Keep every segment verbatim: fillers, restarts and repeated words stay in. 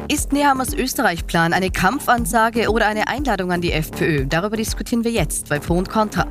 Ist Nehammers Österreich-Plan eine Kampfansage oder eine Einladung an die FPÖ? Darüber diskutieren wir jetzt bei Pro und Contra.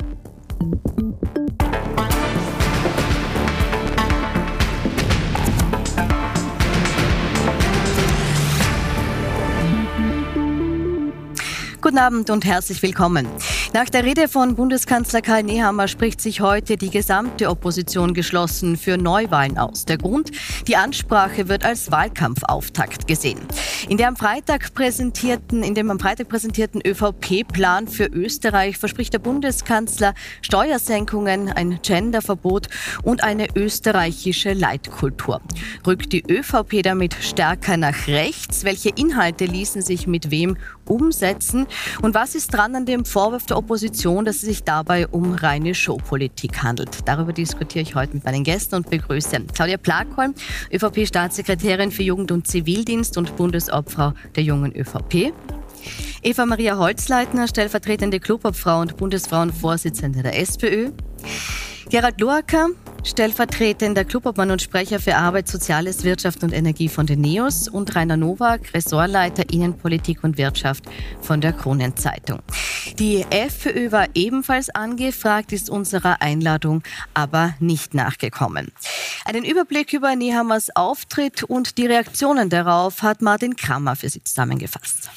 Guten Abend und herzlich willkommen. Nach der Rede von Bundeskanzler Karl Nehammer spricht sich heute die gesamte Opposition geschlossen für Neuwahlen aus. Der Grund? Die Ansprache wird als Wahlkampfauftakt gesehen. In der am Freitag präsentierten, in dem am Freitag präsentierten ÖVP-Plan für Österreich verspricht der Bundeskanzler Steuersenkungen, ein Genderverbot und eine österreichische Leitkultur. Rückt die ÖVP damit stärker nach rechts? Welche Inhalte ließen sich mit wem umsetzen? Und was ist dran an dem Vorwurf der Opposition, dass es sich dabei um reine Showpolitik handelt? Darüber diskutiere ich heute mit meinen Gästen und begrüße Claudia Plagholm, ÖVP-Staatssekretärin für Jugend und Zivildienst und Bundesobfrau der Jungen ÖVP. Eva Maria Holzleitner, stellvertretende Clubobfrau und Bundesfrauenvorsitzende der SPÖ. Gerald Loacker, stellvertretender Clubobmann und Sprecher für Arbeit, Soziales, Wirtschaft und Energie von den NEOS und Rainer Nowak, Ressortleiter Innenpolitik und Wirtschaft von der Kronenzeitung. Die FPÖ war ebenfalls angefragt, ist unserer Einladung aber nicht nachgekommen. Einen Überblick über Nehammers Auftritt und die Reaktionen darauf hat Martin Krammer für Sie zusammengefasst.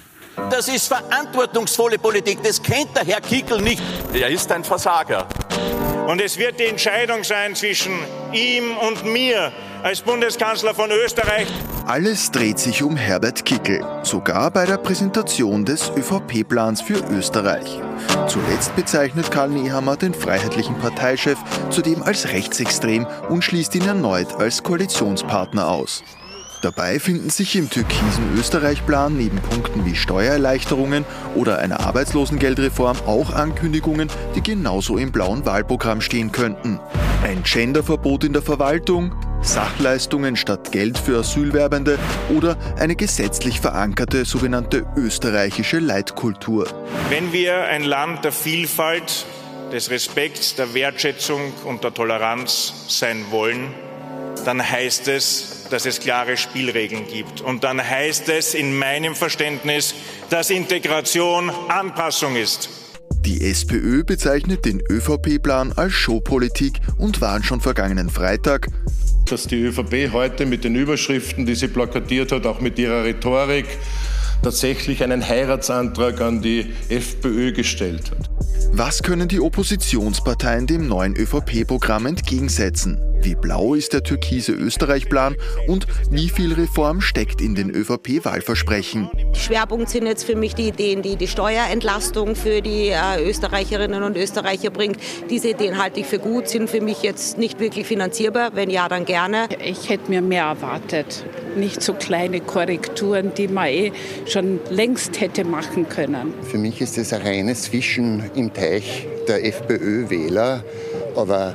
Das ist verantwortungsvolle Politik, das kennt der Herr Kickl nicht. Er ist ein Versager. Und es wird die Entscheidung sein zwischen ihm und mir als Bundeskanzler von Österreich. Alles dreht sich um Herbert Kickl, sogar bei der Präsentation des ÖVP-Plans für Österreich. Zuletzt bezeichnet Karl Nehammer den freiheitlichen Parteichef zudem als rechtsextrem und schließt ihn erneut als Koalitionspartner aus. Dabei finden sich im türkisen Österreich-Plan neben Punkten wie Steuererleichterungen oder einer Arbeitslosengeldreform auch Ankündigungen, die genauso im blauen Wahlprogramm stehen könnten. Ein Genderverbot in der Verwaltung, Sachleistungen statt Geld für Asylwerbende oder eine gesetzlich verankerte sogenannte österreichische Leitkultur. Wenn wir ein Land der Vielfalt, des Respekts, der Wertschätzung und der Toleranz sein wollen, dann heißt es, dass es klare Spielregeln gibt. Und dann heißt es in meinem Verständnis, dass Integration Anpassung ist. Die SPÖ bezeichnet den ÖVP-Plan als Showpolitik und warnt schon vergangenen Freitag, dass die ÖVP heute mit den Überschriften, die sie plakatiert hat, auch mit ihrer Rhetorik, tatsächlich einen Heiratsantrag an die FPÖ gestellt hat. Was können die Oppositionsparteien dem neuen ÖVP-Programm entgegensetzen? Wie blau ist der türkise Österreich-Plan und wie viel Reform steckt in den ÖVP-Wahlversprechen? Schwerpunkt sind jetzt für mich die Ideen, die die Steuerentlastung für die äh, Österreicherinnen und Österreicher bringt. Diese Ideen halte ich für gut, sind für mich jetzt nicht wirklich finanzierbar. Wenn ja, dann gerne. Ich hätte mir mehr erwartet. Nicht so kleine Korrekturen, die man eh schon längst hätte machen können. Für mich ist es ein reines Fischen im Teich der FPÖ-Wähler, aber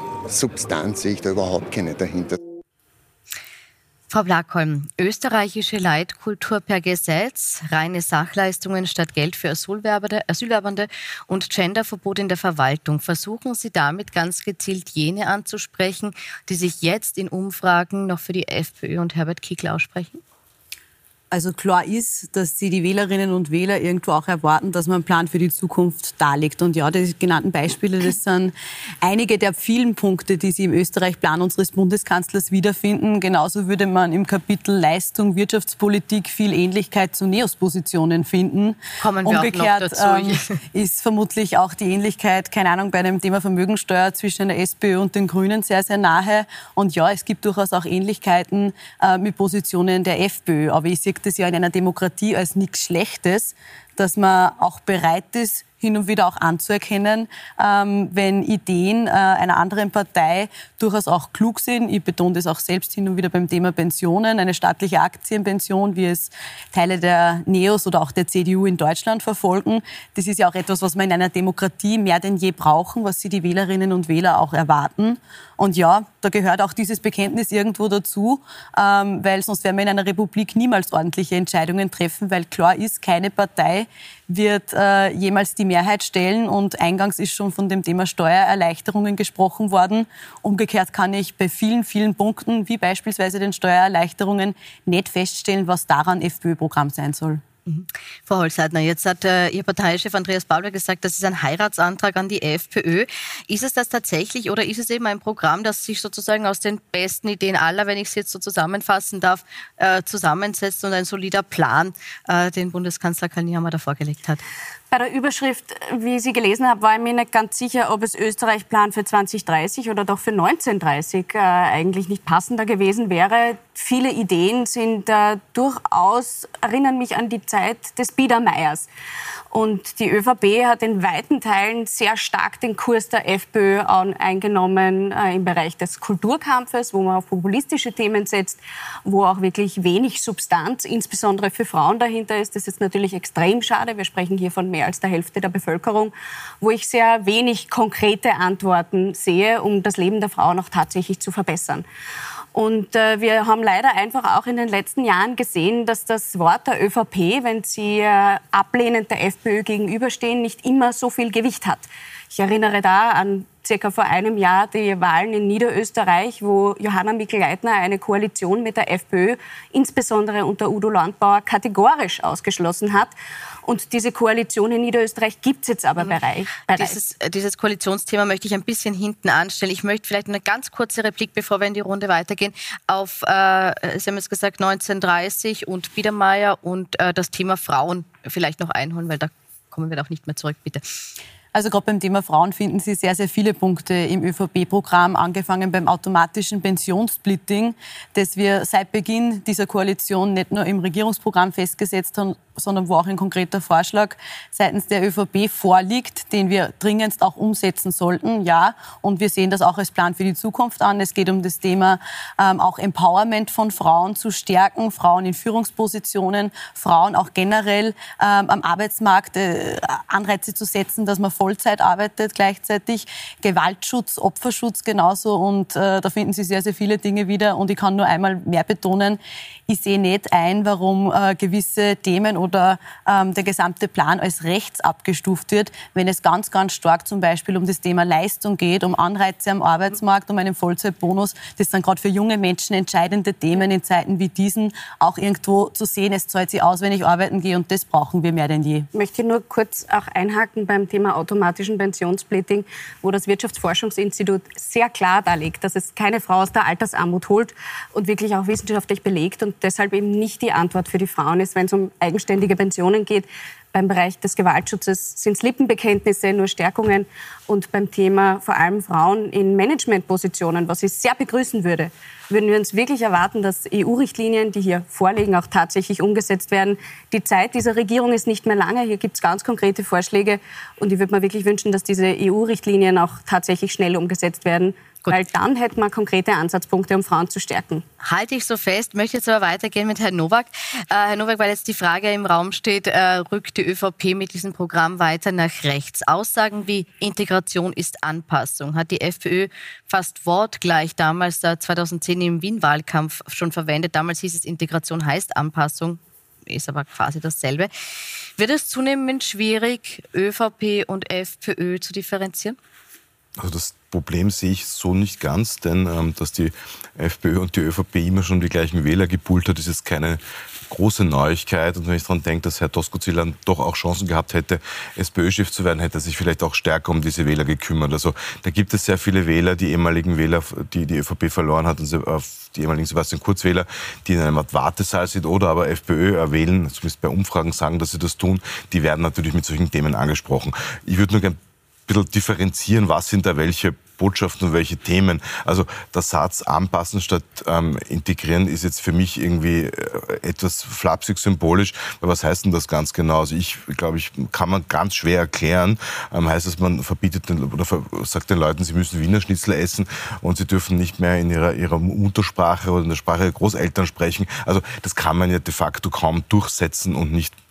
Substanz sehe ich da überhaupt keine dahinter. Frau Plagholm, österreichische Leitkultur per Gesetz, reine Sachleistungen statt Geld für Asylwerbende, Asylwerbende und Genderverbot in der Verwaltung. Versuchen Sie damit ganz gezielt jene anzusprechen, die sich jetzt in Umfragen noch für die FPÖ und Herbert Kickl aussprechen? Also klar ist, dass sie die Wählerinnen und Wähler irgendwo auch erwarten, dass man einen Plan für die Zukunft darlegt. Und ja, die genannten Beispiele, das sind einige der vielen Punkte, die Sie im Österreich-Plan unseres Bundeskanzlers wiederfinden. Genauso würde man im Kapitel Leistung, Wirtschaftspolitik viel Ähnlichkeit zu NEOS-Positionen finden. Kommen wir Umgekehrt auch noch dazu. Ähm, ist vermutlich auch die Ähnlichkeit, keine Ahnung, bei dem Thema Vermögensteuer zwischen der SPÖ und den Grünen sehr, sehr nahe. Und ja, es gibt durchaus auch Ähnlichkeiten äh, mit Positionen der FPÖ. Aber ich sehe das ja in einer Demokratie als nichts Schlechtes, dass man auch bereit ist, hin und wieder auch anzuerkennen, ähm, wenn Ideen äh, einer anderen Partei durchaus auch klug sind. Ich betone das auch selbst hin und wieder beim Thema Pensionen, eine staatliche Aktienpension, wie es Teile der NEOS oder auch der C D U in Deutschland verfolgen. Das ist ja auch etwas, was wir in einer Demokratie mehr denn je brauchen, was sie die Wählerinnen und Wähler auch erwarten. Und ja, da gehört auch dieses Bekenntnis irgendwo dazu, ähm, weil sonst werden wir in einer Republik niemals ordentliche Entscheidungen treffen, weil klar ist, keine Partei wird äh, jemals die Mehrheit stellen. Und eingangs ist schon von dem Thema Steuererleichterungen gesprochen worden. Umgekehrt kann ich bei vielen, vielen Punkten, wie beispielsweise den Steuererleichterungen, nicht feststellen, was daran FPÖ-Programm sein soll. Mhm. Frau Holzleitner, jetzt hat äh, Ihr Parteichef Andreas Babler gesagt, das ist ein Heiratsantrag an die FPÖ. Ist es das tatsächlich oder ist es eben ein Programm, das sich sozusagen aus den besten Ideen aller, wenn ich es jetzt so zusammenfassen darf, äh, zusammensetzt und ein solider Plan, äh, den Bundeskanzler Karl Nehammer da vorgelegt hat? Bei der Überschrift, wie ich sie gelesen habe, war ich mir nicht ganz sicher, ob es Österreich-Plan für zwanzig dreißig oder doch für neunzehnhundertdreißig äh, eigentlich nicht passender gewesen wäre. Viele Ideen sind äh, durchaus, erinnern mich an die Zeit des Biedermeiers. Und die ÖVP hat in weiten Teilen sehr stark den Kurs der FPÖ eingenommen äh, im Bereich des Kulturkampfes, wo man auf populistische Themen setzt, wo auch wirklich wenig Substanz, insbesondere für Frauen dahinter ist. Das ist natürlich extrem schade. Wir sprechen hier von mehr als der Hälfte der Bevölkerung, wo ich sehr wenig konkrete Antworten sehe, um das Leben der Frauen auch tatsächlich zu verbessern. Und äh, wir haben leider einfach auch in den letzten Jahren gesehen, dass das Wort der ÖVP, wenn sie äh, ablehnend der FPÖ gegenüberstehen, nicht immer so viel Gewicht hat. Ich erinnere da an circa vor einem Jahr die Wahlen in Niederösterreich, wo Johanna Mikl-Leitner eine Koalition mit der FPÖ, insbesondere unter Udo Landbauer, kategorisch ausgeschlossen hat. Und diese Koalition in Niederösterreich gibt es jetzt aber bereits. Dieses, dieses Koalitionsthema möchte ich ein bisschen hinten anstellen. Ich möchte vielleicht eine ganz kurze Replik, bevor wir in die Runde weitergehen, auf, äh, Sie haben es gesagt, neunzehnhundertdreißig und Biedermeier und äh, das Thema Frauen vielleicht noch einholen, weil da kommen wir auch nicht mehr zurück, bitte. Also gerade beim Thema Frauen finden Sie sehr, sehr viele Punkte im ÖVP-Programm, angefangen beim automatischen Pensionssplitting, das wir seit Beginn dieser Koalition nicht nur im Regierungsprogramm festgesetzt haben, sondern wo auch ein konkreter Vorschlag seitens der ÖVP vorliegt, den wir dringendst auch umsetzen sollten. Ja, und wir sehen das auch als Plan für die Zukunft an. Es geht um das Thema ähm, auch Empowerment von Frauen zu stärken, Frauen in Führungspositionen, Frauen auch generell ähm, am Arbeitsmarkt äh, Anreize zu setzen, dass man Vollzeit arbeitet gleichzeitig, Gewaltschutz, Opferschutz genauso und äh, da finden Sie sehr, sehr viele Dinge wieder und ich kann nur einmal mehr betonen, ich sehe nicht ein, warum äh, gewisse Themen oder ähm, der gesamte Plan als rechts abgestuft wird, wenn es ganz, ganz stark zum Beispiel um das Thema Leistung geht, um Anreize am Arbeitsmarkt, um einen Vollzeitbonus. Das sind gerade für junge Menschen entscheidende Themen in Zeiten wie diesen, auch irgendwo zu sehen, es zahlt sich aus, wenn ich arbeiten gehe und das brauchen wir mehr denn je. Ich möchte nur kurz auch einhaken beim Thema automatischen Pensionssplitting, wo das Wirtschaftsforschungsinstitut sehr klar darlegt, dass es keine Frau aus der Altersarmut holt und wirklich auch wissenschaftlich belegt und deshalb eben nicht die Antwort für die Frauen ist, wenn es um eigenständige Pensionen geht. Beim Bereich des Gewaltschutzes sind es Lippenbekenntnisse, nur Stärkungen. Und beim Thema vor allem Frauen in Managementpositionen, was ich sehr begrüßen würde, würden wir uns wirklich erwarten, dass E U-Richtlinien, die hier vorliegen, auch tatsächlich umgesetzt werden. Die Zeit dieser Regierung ist nicht mehr lange. Hier gibt es ganz konkrete Vorschläge. Und ich würde mir wirklich wünschen, dass diese E U-Richtlinien auch tatsächlich schnell umgesetzt werden. Gut. Weil dann hätten wir konkrete Ansatzpunkte, um Frauen zu stärken. Halte ich so fest. Möchte jetzt aber weitergehen mit Herrn Nowak. Äh, Herr Nowak, weil jetzt die Frage im Raum steht, äh, rückt die ÖVP mit diesem Programm weiter nach rechts? Aussagen wie Integration ist Anpassung hat die FPÖ fast wortgleich damals äh, zweitausendzehn im Wien-Wahlkampf schon verwendet. Damals hieß es, Integration heißt Anpassung. Ist aber quasi dasselbe. Wird es zunehmend schwierig, ÖVP und FPÖ zu differenzieren? Also das Problem sehe ich so nicht ganz, denn ähm, dass die FPÖ und die ÖVP immer schon die gleichen Wähler gepoolt hat, ist jetzt keine große Neuigkeit. Und wenn ich daran denke, dass Herr Doskozil dann doch auch Chancen gehabt hätte, SPÖ-Chef zu werden, hätte er sich vielleicht auch stärker um diese Wähler gekümmert. Also da gibt es sehr viele Wähler, die ehemaligen Wähler, die die ÖVP verloren hat, und die ehemaligen Sebastian Kurz-Wähler, die in einem Art Wartesaal sind oder aber FPÖ wählen, zumindest bei Umfragen sagen, dass sie das tun, die werden natürlich mit solchen Themen angesprochen. Ich würde nur gerne ein bisschen differenzieren, was sind da welche Botschaften und welche Themen. Also der Satz anpassen statt ähm, integrieren ist jetzt für mich irgendwie äh, etwas flapsig symbolisch. Weil was heißt denn das ganz genau? Also ich glaube, ich kann man ganz schwer erklären. Ähm, heißt es, man verbietet den, oder sagt den Leuten, sie müssen Wiener Schnitzel essen und sie dürfen nicht mehr in ihrer, ihrer Muttersprache oder in der Sprache ihrer Großeltern sprechen. Also das kann man ja de facto kaum durchsetzen und nicht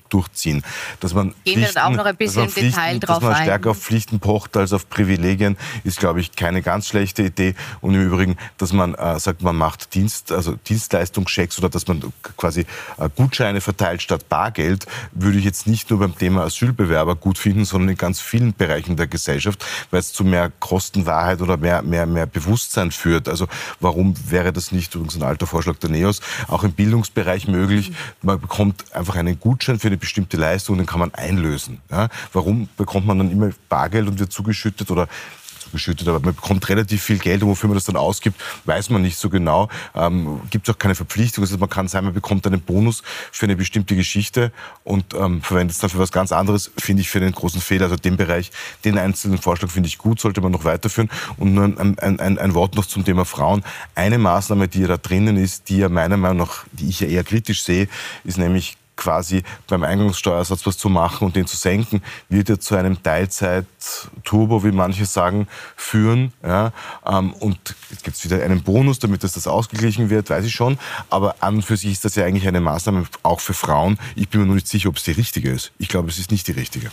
durchziehen. Dass man Gehen wir dann auch noch ein bisschen im Detail drauf ein. Dass man stärker auf Pflichten pocht als auf Privilegien, ist, glaube ich, keine ganz schlechte Idee. Und im Übrigen, dass man äh, sagt, man macht Dienst, also Dienstleistungschecks oder dass man quasi äh, Gutscheine verteilt statt Bargeld, würde ich jetzt nicht nur beim Thema Asylbewerber gut finden, sondern in ganz vielen Bereichen der Gesellschaft, weil es zu mehr Kostenwahrheit oder mehr, mehr, mehr Bewusstsein führt. Also warum wäre das nicht, übrigens ein alter Vorschlag der NEOS, auch im Bildungsbereich möglich? Man bekommt einfach einen Gutschein für eine bestimmte Leistung, den kann man einlösen. Ja? Warum bekommt man dann immer Bargeld und wird zugeschüttet oder zugeschüttet, aber man bekommt relativ viel Geld und wofür man das dann ausgibt, weiß man nicht so genau. Ähm, gibt es auch keine Verpflichtung. Also man kann sagen, man bekommt einen Bonus für eine bestimmte Geschichte und ähm, verwendet es dann für was ganz anderes, finde ich für einen großen Fehler. Also den Bereich, den einzelnen Vorschlag finde ich gut, sollte man noch weiterführen. Und nur ein, ein, ein, ein Wort noch zum Thema Frauen. Eine Maßnahme, die ja da drinnen ist, die ja meiner Meinung nach, die ich ja eher kritisch sehe, ist nämlich quasi beim Eingangssteuersatz was zu machen und den zu senken, wird ja zu einem Teilzeit-Turbo, wie manche sagen, führen. Ja, ähm, und jetzt gibt es wieder einen Bonus, damit das, das ausgeglichen wird, weiß ich schon. Aber an und für sich ist das ja eigentlich eine Maßnahme auch für Frauen. Ich bin mir nur nicht sicher, ob es die richtige ist. Ich glaube, es ist nicht die richtige.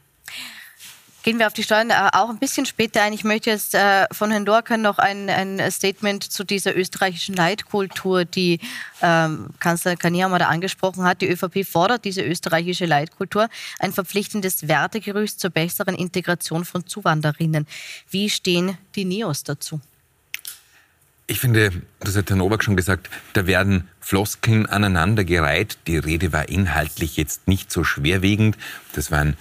Gehen wir auf die Steuern äh, auch ein bisschen später ein. Ich möchte jetzt äh, von Herrn Lorca noch ein, ein Statement zu dieser österreichischen Leitkultur, die ähm, Kanzler Karl Nehammer da angesprochen hat. Die ÖVP fordert diese österreichische Leitkultur, ein verpflichtendes Wertegerüst zur besseren Integration von Zuwanderinnen. Wie stehen die NEOS dazu? Ich finde, das hat Herr Nowak schon gesagt, da werden Floskeln aneinandergereiht. Die Rede war inhaltlich jetzt nicht so schwerwiegend. Das waren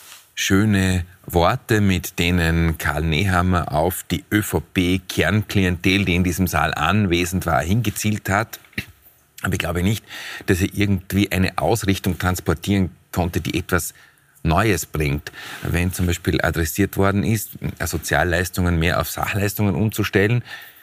schöne Worte, mit denen Karl Nehammer auf die ÖVP-Kernklientel, die in diesem Saal anwesend war, hingezielt hat. Aber ich glaube nicht, dass er irgendwie eine Ausrichtung transportieren konnte, die etwas Neues bringt. Wenn zum Beispiel adressiert worden ist, Sozialleistungen mehr auf Sachleistungen umzustellen,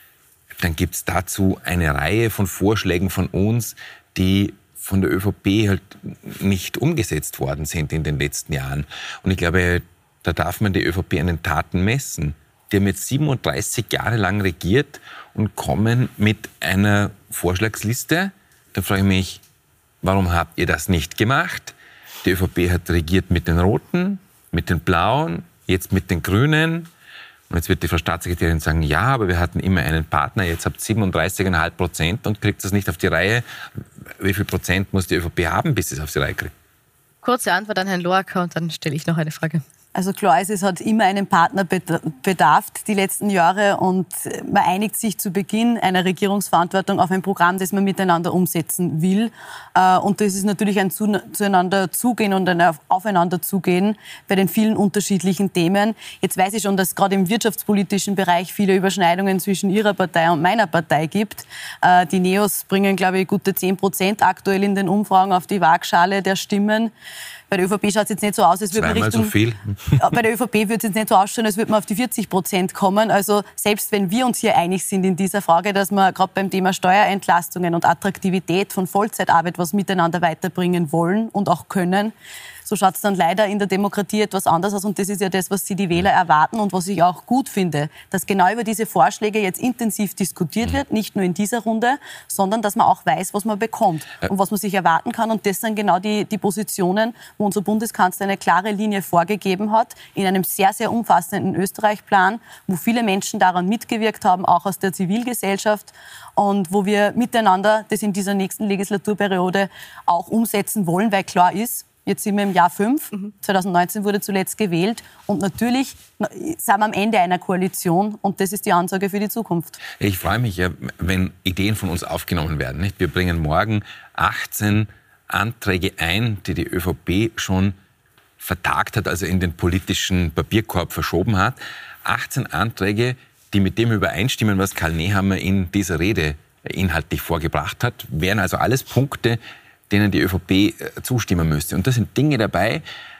dann gibt es dazu eine Reihe von Vorschlägen von uns, die von der ÖVP halt nicht umgesetzt worden sind in den letzten Jahren. Und ich glaube, da darf man die ÖVP an den Taten messen. Die haben jetzt siebenunddreißig Jahre lang regiert und kommen mit einer Vorschlagsliste. Da frage ich mich, warum habt ihr das nicht gemacht? Die ÖVP hat regiert mit den Roten, mit den Blauen, jetzt mit den Grünen. Und jetzt wird die Frau Staatssekretärin sagen, ja, aber wir hatten immer einen Partner, jetzt habt ihr siebenunddreißig Komma fünf Prozent und kriegt das nicht auf die Reihe. Wie viel Prozent muss die ÖVP haben, bis sie es auf die Reihe kriegt? Kurze Antwort an Herrn Lorca und dann stelle ich noch eine Frage. Also klar ist, es hat immer einen Partner bedarf die letzten Jahre und man einigt sich zu Beginn einer Regierungsverantwortung auf ein Programm, das man miteinander umsetzen will. Und das ist natürlich ein zueinander zugehen und ein aufeinander zugehen bei den vielen unterschiedlichen Themen. Jetzt weiß ich schon, dass es gerade im wirtschaftspolitischen Bereich viele Überschneidungen zwischen Ihrer Partei und meiner Partei gibt. Die NEOS bringen, glaube ich, gute zehn Prozent aktuell in den Umfragen auf die Waagschale der Stimmen. Bei der ÖVP schaut es jetzt nicht so aus, als würde man Richtung... so viel. Bei der ÖVP wird es jetzt nicht so ausschauen, als würde man auf die vierzig Prozent kommen. Also selbst wenn wir uns hier einig sind in dieser Frage, dass wir gerade beim Thema Steuerentlastungen und Attraktivität von Vollzeitarbeit was miteinander weiterbringen wollen und auch können, so schaut es dann leider in der Demokratie etwas anders aus. Und das ist ja das, was Sie die Wähler erwarten und was ich auch gut finde, dass genau über diese Vorschläge jetzt intensiv diskutiert wird, nicht nur in dieser Runde, sondern dass man auch weiß, was man bekommt und was man sich erwarten kann. Und das sind genau die, die Positionen, wo unser Bundeskanzler eine klare Linie vorgegeben hat, in einem sehr, sehr umfassenden Österreich-Plan, wo viele Menschen daran mitgewirkt haben, auch aus der Zivilgesellschaft, und wo wir miteinander das in dieser nächsten Legislaturperiode auch umsetzen wollen, weil klar ist, jetzt sind wir im Jahr fünf, mhm. zwanzig neunzehn wurde zuletzt gewählt und natürlich sind wir am Ende einer Koalition und das ist die Ansage für die Zukunft. Ich freue mich ja, wenn Ideen von uns aufgenommen werden. Nicht? Wir bringen morgen achtzehn Anträge ein, die die ÖVP schon vertagt hat, also in den politischen Papierkorb verschoben hat. achtzehn Anträge, die mit dem übereinstimmen, was Karl Nehammer in dieser Rede inhaltlich vorgebracht hat, wären also alles Punkte, denen die ÖVP zustimmen müsste. Und da sind Dinge dabei,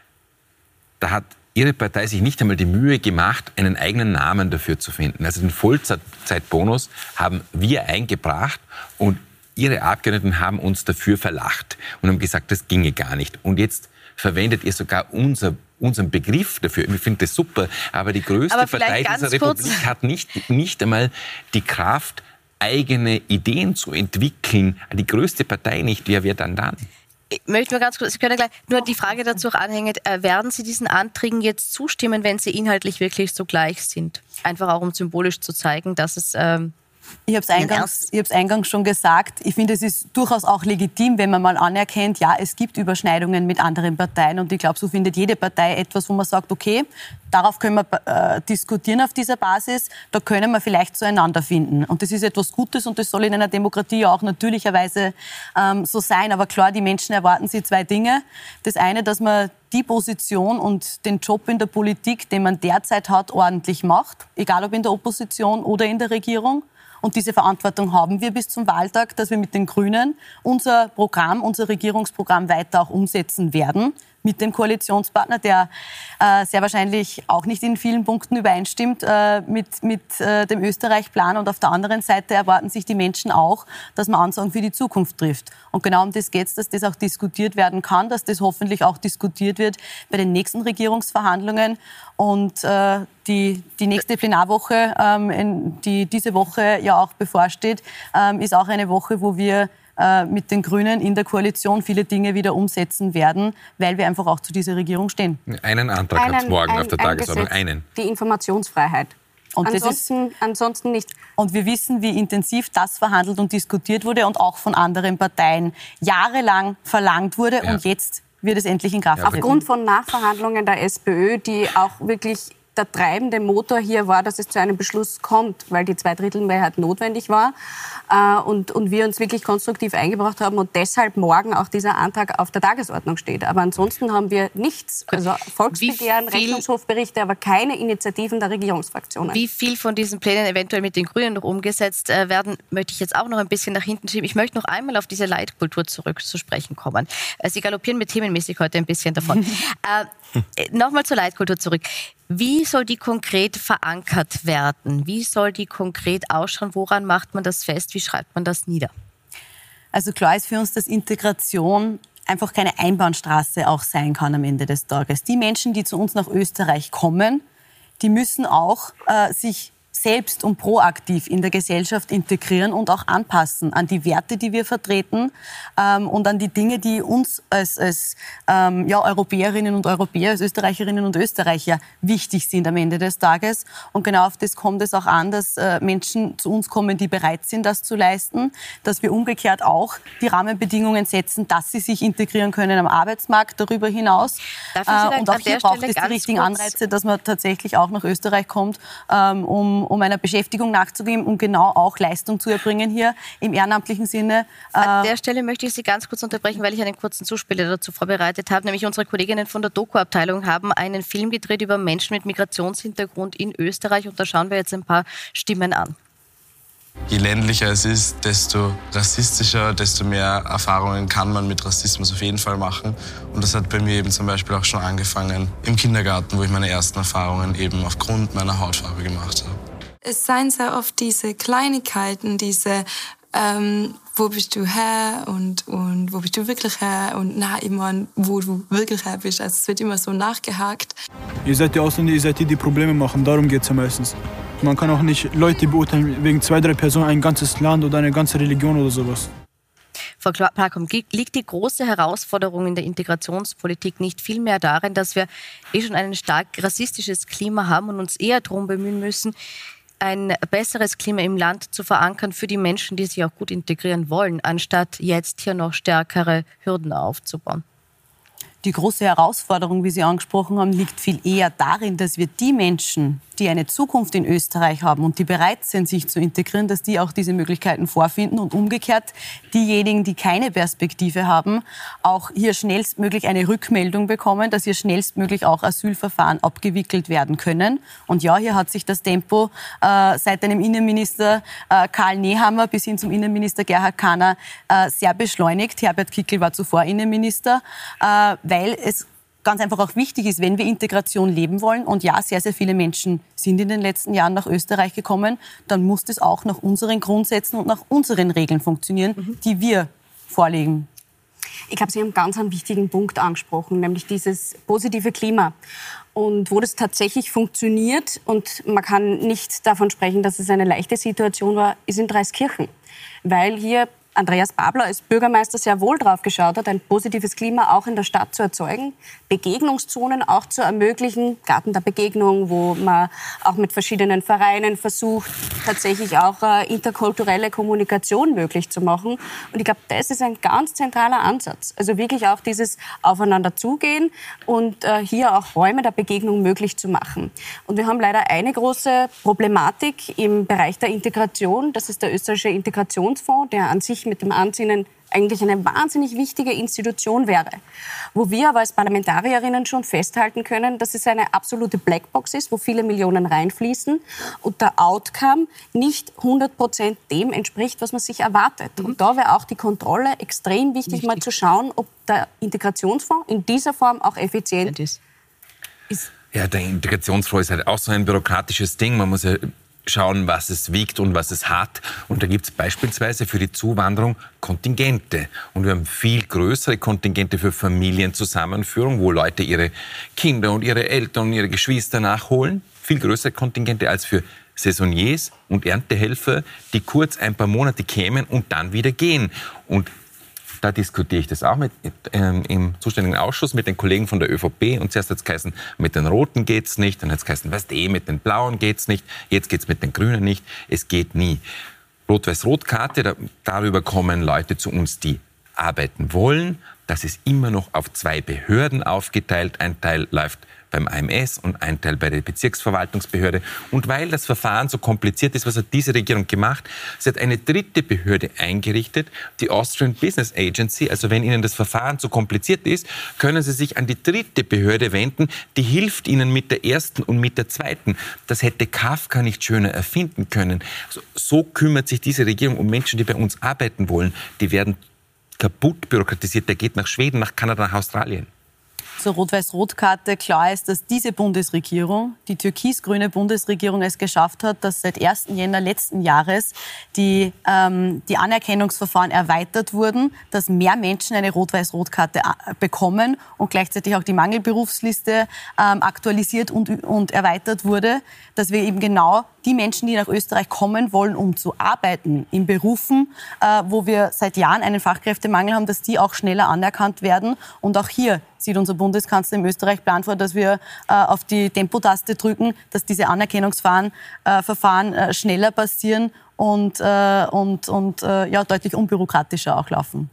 da hat Ihre Partei sich nicht einmal die Mühe gemacht, einen eigenen Namen dafür zu finden. Also den Vollzeitbonus haben wir eingebracht und Ihre Abgeordneten haben uns dafür verlacht und haben gesagt, das ginge gar nicht. Und jetzt verwendet ihr sogar unser, unseren Begriff dafür. Ich finde das super, aber die größte aber Partei dieser Republik hat nicht, nicht einmal die Kraft, eigene Ideen zu entwickeln. Die größte Partei nicht, wer wäre dann dann? Ich möchte nur ganz kurz, Sie können gleich nur die Frage dazu auch anhängen, äh, werden Sie diesen Anträgen jetzt zustimmen, wenn sie inhaltlich wirklich so gleich sind? Einfach auch, um symbolisch zu zeigen, dass es... Ähm, Ich habe es eingangs, ich hab's eingangs schon gesagt. Ich finde, es ist durchaus auch legitim, wenn man mal anerkennt, ja, es gibt Überschneidungen mit anderen Parteien. Und ich glaube, so findet jede Partei etwas, wo man sagt, okay, darauf können wir äh, diskutieren auf dieser Basis, da können wir vielleicht zueinander finden. Und das ist etwas Gutes und das soll in einer Demokratie ja auch natürlicherweise ähm, so sein. Aber klar, die Menschen erwarten sich zwei Dinge. Das eine, dass man die Position und den Job in der Politik, den man derzeit hat, ordentlich macht, egal ob in der Opposition oder in der Regierung. Und diese Verantwortung haben wir bis zum Wahltag, dass wir mit den Grünen unser Programm, unser Regierungsprogramm weiter auch umsetzen werden. Mit dem Koalitionspartner, der äh, sehr wahrscheinlich auch nicht in vielen Punkten übereinstimmt äh, mit, mit äh, dem Österreich-Plan. Und auf der anderen Seite erwarten sich die Menschen auch, dass man Ansagen für die Zukunft trifft. Und genau um das geht es, dass das auch diskutiert werden kann, dass das hoffentlich auch diskutiert wird bei den nächsten Regierungsverhandlungen. Und äh, die, die nächste Plenarwoche, ähm, in, die diese Woche ja auch bevorsteht, ähm, ist auch eine Woche, wo wir mit den Grünen in der Koalition viele Dinge wieder umsetzen werden, weil wir einfach auch zu dieser Regierung stehen. Einen Antrag hat es morgen ein, auf der Tagesordnung. Ein einen. Die Informationsfreiheit. Und ansonsten, das ist, ansonsten nicht. Und wir wissen, wie intensiv das verhandelt und diskutiert wurde und auch von anderen Parteien jahrelang verlangt wurde. Ja. Und jetzt wird es endlich in Kraft ja, treten. Aufgrund von Nachverhandlungen der SPÖ, die auch wirklich der treibende Motor hier war, dass es zu einem Beschluss kommt, weil die Zweidrittelmehrheit notwendig war äh, und, und wir uns wirklich konstruktiv eingebracht haben und deshalb morgen auch dieser Antrag auf der Tagesordnung steht. Aber ansonsten haben wir nichts, also Volksbegehren, Rechnungshofberichte, aber keine Initiativen der Regierungsfraktionen. Wie viel von diesen Plänen eventuell mit den Grünen noch umgesetzt äh, werden, möchte ich jetzt auch noch ein bisschen nach hinten schieben. Ich möchte noch einmal auf diese Leitkultur zurück zu sprechen kommen. Äh, Sie galoppieren mit themenmäßig heute ein bisschen davon. äh, Nochmal zur Leitkultur zurück. Wie soll die konkret verankert werden? Wie soll die konkret ausschauen? Woran macht man das fest? Wie schreibt man das nieder? Also klar ist für uns, dass Integration einfach keine Einbahnstraße auch sein kann am Ende des Tages. Die Menschen, die zu uns nach Österreich kommen, die müssen auch äh, sich selbst und proaktiv in der Gesellschaft integrieren und auch anpassen an die Werte, die wir vertreten ähm, und an die Dinge, die uns als, als ähm, ja, Europäerinnen und Europäer, als Österreicherinnen und Österreicher wichtig sind am Ende des Tages. Und genau auf das kommt es auch an, dass äh, Menschen zu uns kommen, die bereit sind, das zu leisten, dass wir umgekehrt auch die Rahmenbedingungen setzen, dass sie sich integrieren können am Arbeitsmarkt darüber hinaus. Äh, und auch hier braucht es die richtigen Anreize, dass man tatsächlich auch nach Österreich kommt, ähm, um um einer Beschäftigung nachzugehen, um genau auch Leistung zu erbringen hier im ehrenamtlichen Sinne. An der Stelle möchte ich Sie ganz kurz unterbrechen, weil ich einen kurzen Zuspieler dazu vorbereitet habe. Nämlich unsere Kolleginnen von der Doku-Abteilung haben einen Film gedreht über Menschen mit Migrationshintergrund in Österreich. Und da schauen wir jetzt ein paar Stimmen an. Je ländlicher es ist, desto rassistischer, desto mehr Erfahrungen kann man mit Rassismus auf jeden Fall machen. Und das hat bei mir eben zum Beispiel auch schon angefangen im Kindergarten, wo ich meine ersten Erfahrungen eben aufgrund meiner Hautfarbe gemacht habe. Es seien sehr oft diese Kleinigkeiten, diese ähm, wo bist du her und, und wo bist du wirklich her und na, immer wo du wirklich her bist. Also es wird immer so nachgehakt. Ihr seid die Ausländer, ihr seid die, die Probleme machen, darum geht es ja meistens. Man kann auch nicht Leute beurteilen wegen zwei, drei Personen, ein ganzes Land oder eine ganze Religion oder sowas. Frau Plakom, liegt die große Herausforderung in der Integrationspolitik nicht vielmehr darin, dass wir eh schon ein stark rassistisches Klima haben und uns eher darum bemühen müssen, ein besseres Klima im Land zu verankern für die Menschen, die sich auch gut integrieren wollen, anstatt jetzt hier noch stärkere Hürden aufzubauen? Die große Herausforderung, wie Sie angesprochen haben, liegt viel eher darin, dass wir die Menschen, die eine Zukunft in Österreich haben und die bereit sind, sich zu integrieren, dass die auch diese Möglichkeiten vorfinden und umgekehrt diejenigen, die keine Perspektive haben, auch hier schnellstmöglich eine Rückmeldung bekommen, dass hier schnellstmöglich auch Asylverfahren abgewickelt werden können. Und ja, hier hat sich das Tempo äh, seit einem Innenminister äh, Karl Nehammer bis hin zum Innenminister Gerhard Kahner äh, sehr beschleunigt. Herbert Kickl war zuvor Innenminister, äh, weil es ganz einfach auch wichtig ist, wenn wir Integration leben wollen, und ja, sehr, sehr viele Menschen sind in den letzten Jahren nach Österreich gekommen, dann muss das auch nach unseren Grundsätzen und nach unseren Regeln funktionieren, mhm. die wir vorlegen. Ich glaube, Sie haben ganz einen wichtigen Punkt angesprochen, nämlich dieses positive Klima. Und wo das tatsächlich funktioniert, und man kann nicht davon sprechen, dass es eine leichte Situation war, ist in Dreiskirchen. Weil hier Andreas Babler als Bürgermeister sehr wohl drauf geschaut hat, ein positives Klima auch in der Stadt zu erzeugen, Begegnungszonen auch zu ermöglichen, Garten der Begegnung, wo man auch mit verschiedenen Vereinen versucht, tatsächlich auch äh, interkulturelle Kommunikation möglich zu machen. Und ich glaube, das ist ein ganz zentraler Ansatz. Also wirklich auch dieses Aufeinander zugehen und äh, hier auch Räume der Begegnung möglich zu machen. Und wir haben leider eine große Problematik im Bereich der Integration. Das ist der österreichische Integrationsfonds, der an sich mit dem Ansinnen eigentlich eine wahnsinnig wichtige Institution wäre. Wo wir aber als Parlamentarierinnen schon festhalten können, dass es eine absolute Blackbox ist, wo viele Millionen reinfließen und der Outcome nicht hundert Prozent dem entspricht, was man sich erwartet. Und da wäre auch die Kontrolle extrem wichtig, wichtig, mal zu schauen, ob der Integrationsfonds in dieser Form auch effizient ist. ist. Ja, der Integrationsfonds ist halt auch so ein bürokratisches Ding. Man muss ja schauen, was es wiegt und was es hat. Und da gibt es beispielsweise für die Zuwanderung Kontingente. Und wir haben viel größere Kontingente für Familienzusammenführung, wo Leute ihre Kinder und ihre Eltern und ihre Geschwister nachholen. Viel größere Kontingente als für Saisoniers und Erntehelfer, die kurz ein paar Monate kämen und dann wieder gehen. Und da diskutiere ich das auch mit, ähm, im zuständigen Ausschuss mit den Kollegen von der ÖVP. Und zuerst hat es geheißen, mit den Roten geht's nicht. Dann hat es geheißen, weißt du, eh, mit den Blauen geht's nicht. Jetzt geht's mit den Grünen nicht. Es geht nie. Rot-Weiß-Rot-Karte, da, darüber kommen Leute zu uns, die arbeiten wollen. Das ist immer noch auf zwei Behörden aufgeteilt. Ein Teil läuft beim A M S und ein Teil bei der Bezirksverwaltungsbehörde. Und weil das Verfahren so kompliziert ist, was hat diese Regierung gemacht? Sie hat eine dritte Behörde eingerichtet, die Austrian Business Agency. Also wenn Ihnen das Verfahren zu kompliziert ist, können Sie sich an die dritte Behörde wenden. Die hilft Ihnen mit der ersten und mit der zweiten. Das hätte Kafka nicht schöner erfinden können. So, so kümmert sich diese Regierung um Menschen, die bei uns arbeiten wollen. Die werden kaputt bürokratisiert. Der geht nach Schweden, nach Kanada, nach Australien. Zur Rot-Weiß-Rot-Karte klar ist, dass diese Bundesregierung, die türkis-grüne Bundesregierung, es geschafft hat, dass seit ersten Jänner letzten Jahres die, ähm, die Anerkennungsverfahren erweitert wurden, dass mehr Menschen eine Rot-Weiß-Rot-Karte bekommen und gleichzeitig auch die Mangelberufsliste ähm, aktualisiert und, und erweitert wurde, dass wir eben genau die Menschen, die nach Österreich kommen wollen, um zu arbeiten in Berufen, äh, wo wir seit Jahren einen Fachkräftemangel haben, dass die auch schneller anerkannt werden. Und auch hier sieht unser Bundeskanzler in Österreich Plan vor, dass wir äh, auf die Tempotaste drücken, dass diese Anerkennungsverfahren äh, Verfahren, äh, schneller passieren und, äh, und, und äh, ja, deutlich unbürokratischer auch laufen.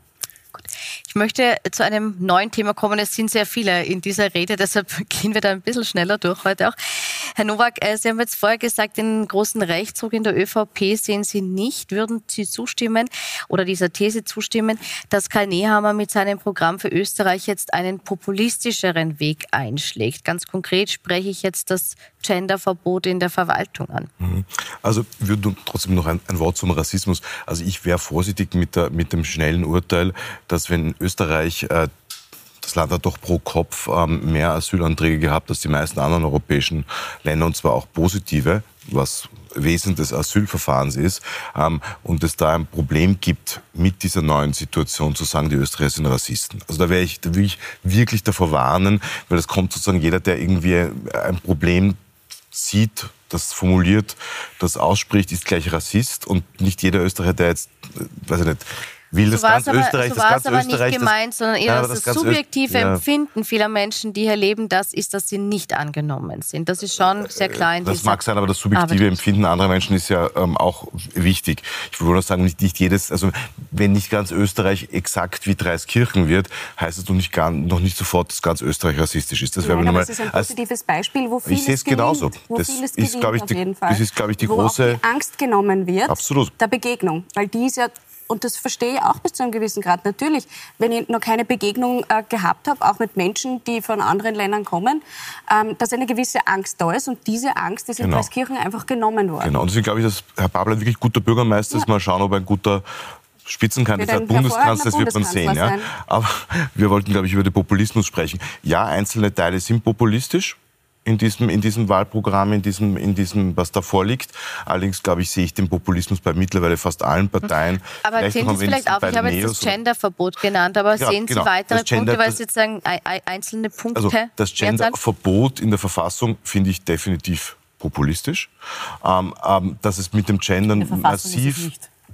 Ich möchte zu einem neuen Thema kommen. Es sind sehr viele in dieser Rede, deshalb gehen wir da ein bisschen schneller durch heute auch. Herr Nowak, Sie haben jetzt vorher gesagt, den großen Rechtsruck in der ÖVP sehen Sie nicht. Würden Sie zustimmen oder dieser These zustimmen, dass Karl Nehammer mit seinem Programm für Österreich jetzt einen populistischeren Weg einschlägt? Ganz konkret spreche ich jetzt das Genderverbot in der Verwaltung an. Also ich würde trotzdem noch ein, ein Wort zum Rassismus. Also ich wäre vorsichtig mit, der, mit dem schnellen Urteil, dass wenn Österreich, äh, das Land hat doch pro Kopf ähm, mehr Asylanträge gehabt als die meisten anderen europäischen Länder, und zwar auch positive, was Wesen des Asylverfahrens ist, ähm, und es da ein Problem gibt, mit dieser neuen Situation zu sagen, die Österreicher sind Rassisten. Also da wäre ich, da will ich wirklich davor warnen, weil das kommt sozusagen jeder, der irgendwie ein Problem sieht, das formuliert, das ausspricht, ist gleich Rassist, und nicht jeder Österreicher, der jetzt, weiß ich nicht, will das ganz aber, Österreich, so das ganz aber Österreich, nicht gemeint, sondern eher ja, das, das subjektive Öst, ja. Empfinden vieler Menschen, die hier leben, das ist, dass sie nicht angenommen sind. Das ist schon sehr klar in Das mag sein, aber das subjektive Empfinden anderer Menschen ist ja ähm, auch wichtig. Ich würde nur sagen, nicht, nicht jedes, also wenn nicht ganz Österreich exakt wie Dreiskirchen wird, heißt es noch nicht, gar, noch nicht sofort, dass ganz Österreich rassistisch ist. Das Nein, aber aber mal, es ist ein positives Beispiel, wo vieles ich sehe es gelingt, genauso. Wo Das vieles ist, gelingt, glaube ich, auf jeden Fall. Das ist, glaube ich, die wo große... auch die Angst genommen wird, Absolut. der Begegnung. Weil die ist ja, und das verstehe ich auch bis zu einem gewissen Grad. Natürlich, wenn ich noch keine Begegnung äh, gehabt habe, auch mit Menschen, die von anderen Ländern kommen, ähm, dass eine gewisse Angst da ist. Und diese Angst ist in Genau. Dreiskirchen einfach genommen worden. Genau, und deswegen glaube ich, dass Herr Babler ein wirklich guter Bürgermeister ist. Mal schauen, ob er ein guter Spitzenkandidat, Bundeskanzler, das wird man sehen. Ja. Aber wir wollten, glaube ich, über den Populismus sprechen. Ja, einzelne Teile sind populistisch in diesem, in diesem Wahlprogramm, in diesem, in diesem, was da vorliegt. Allerdings, glaube ich, sehe ich den Populismus bei mittlerweile fast allen Parteien. Aber vielleicht sehen Sie es vielleicht auf, ich habe jetzt das Genderverbot genannt, aber Ja, sehen genau. Sie weitere Das Gender- Punkte, weil das- Sie jetzt sagen, ei- ei- einzelne Punkte? Also das werden sagen? Genderverbot in der Verfassung finde ich definitiv populistisch. Ähm, ähm, dass es mit dem Gendern In der Verfassung ist es massiv... nicht.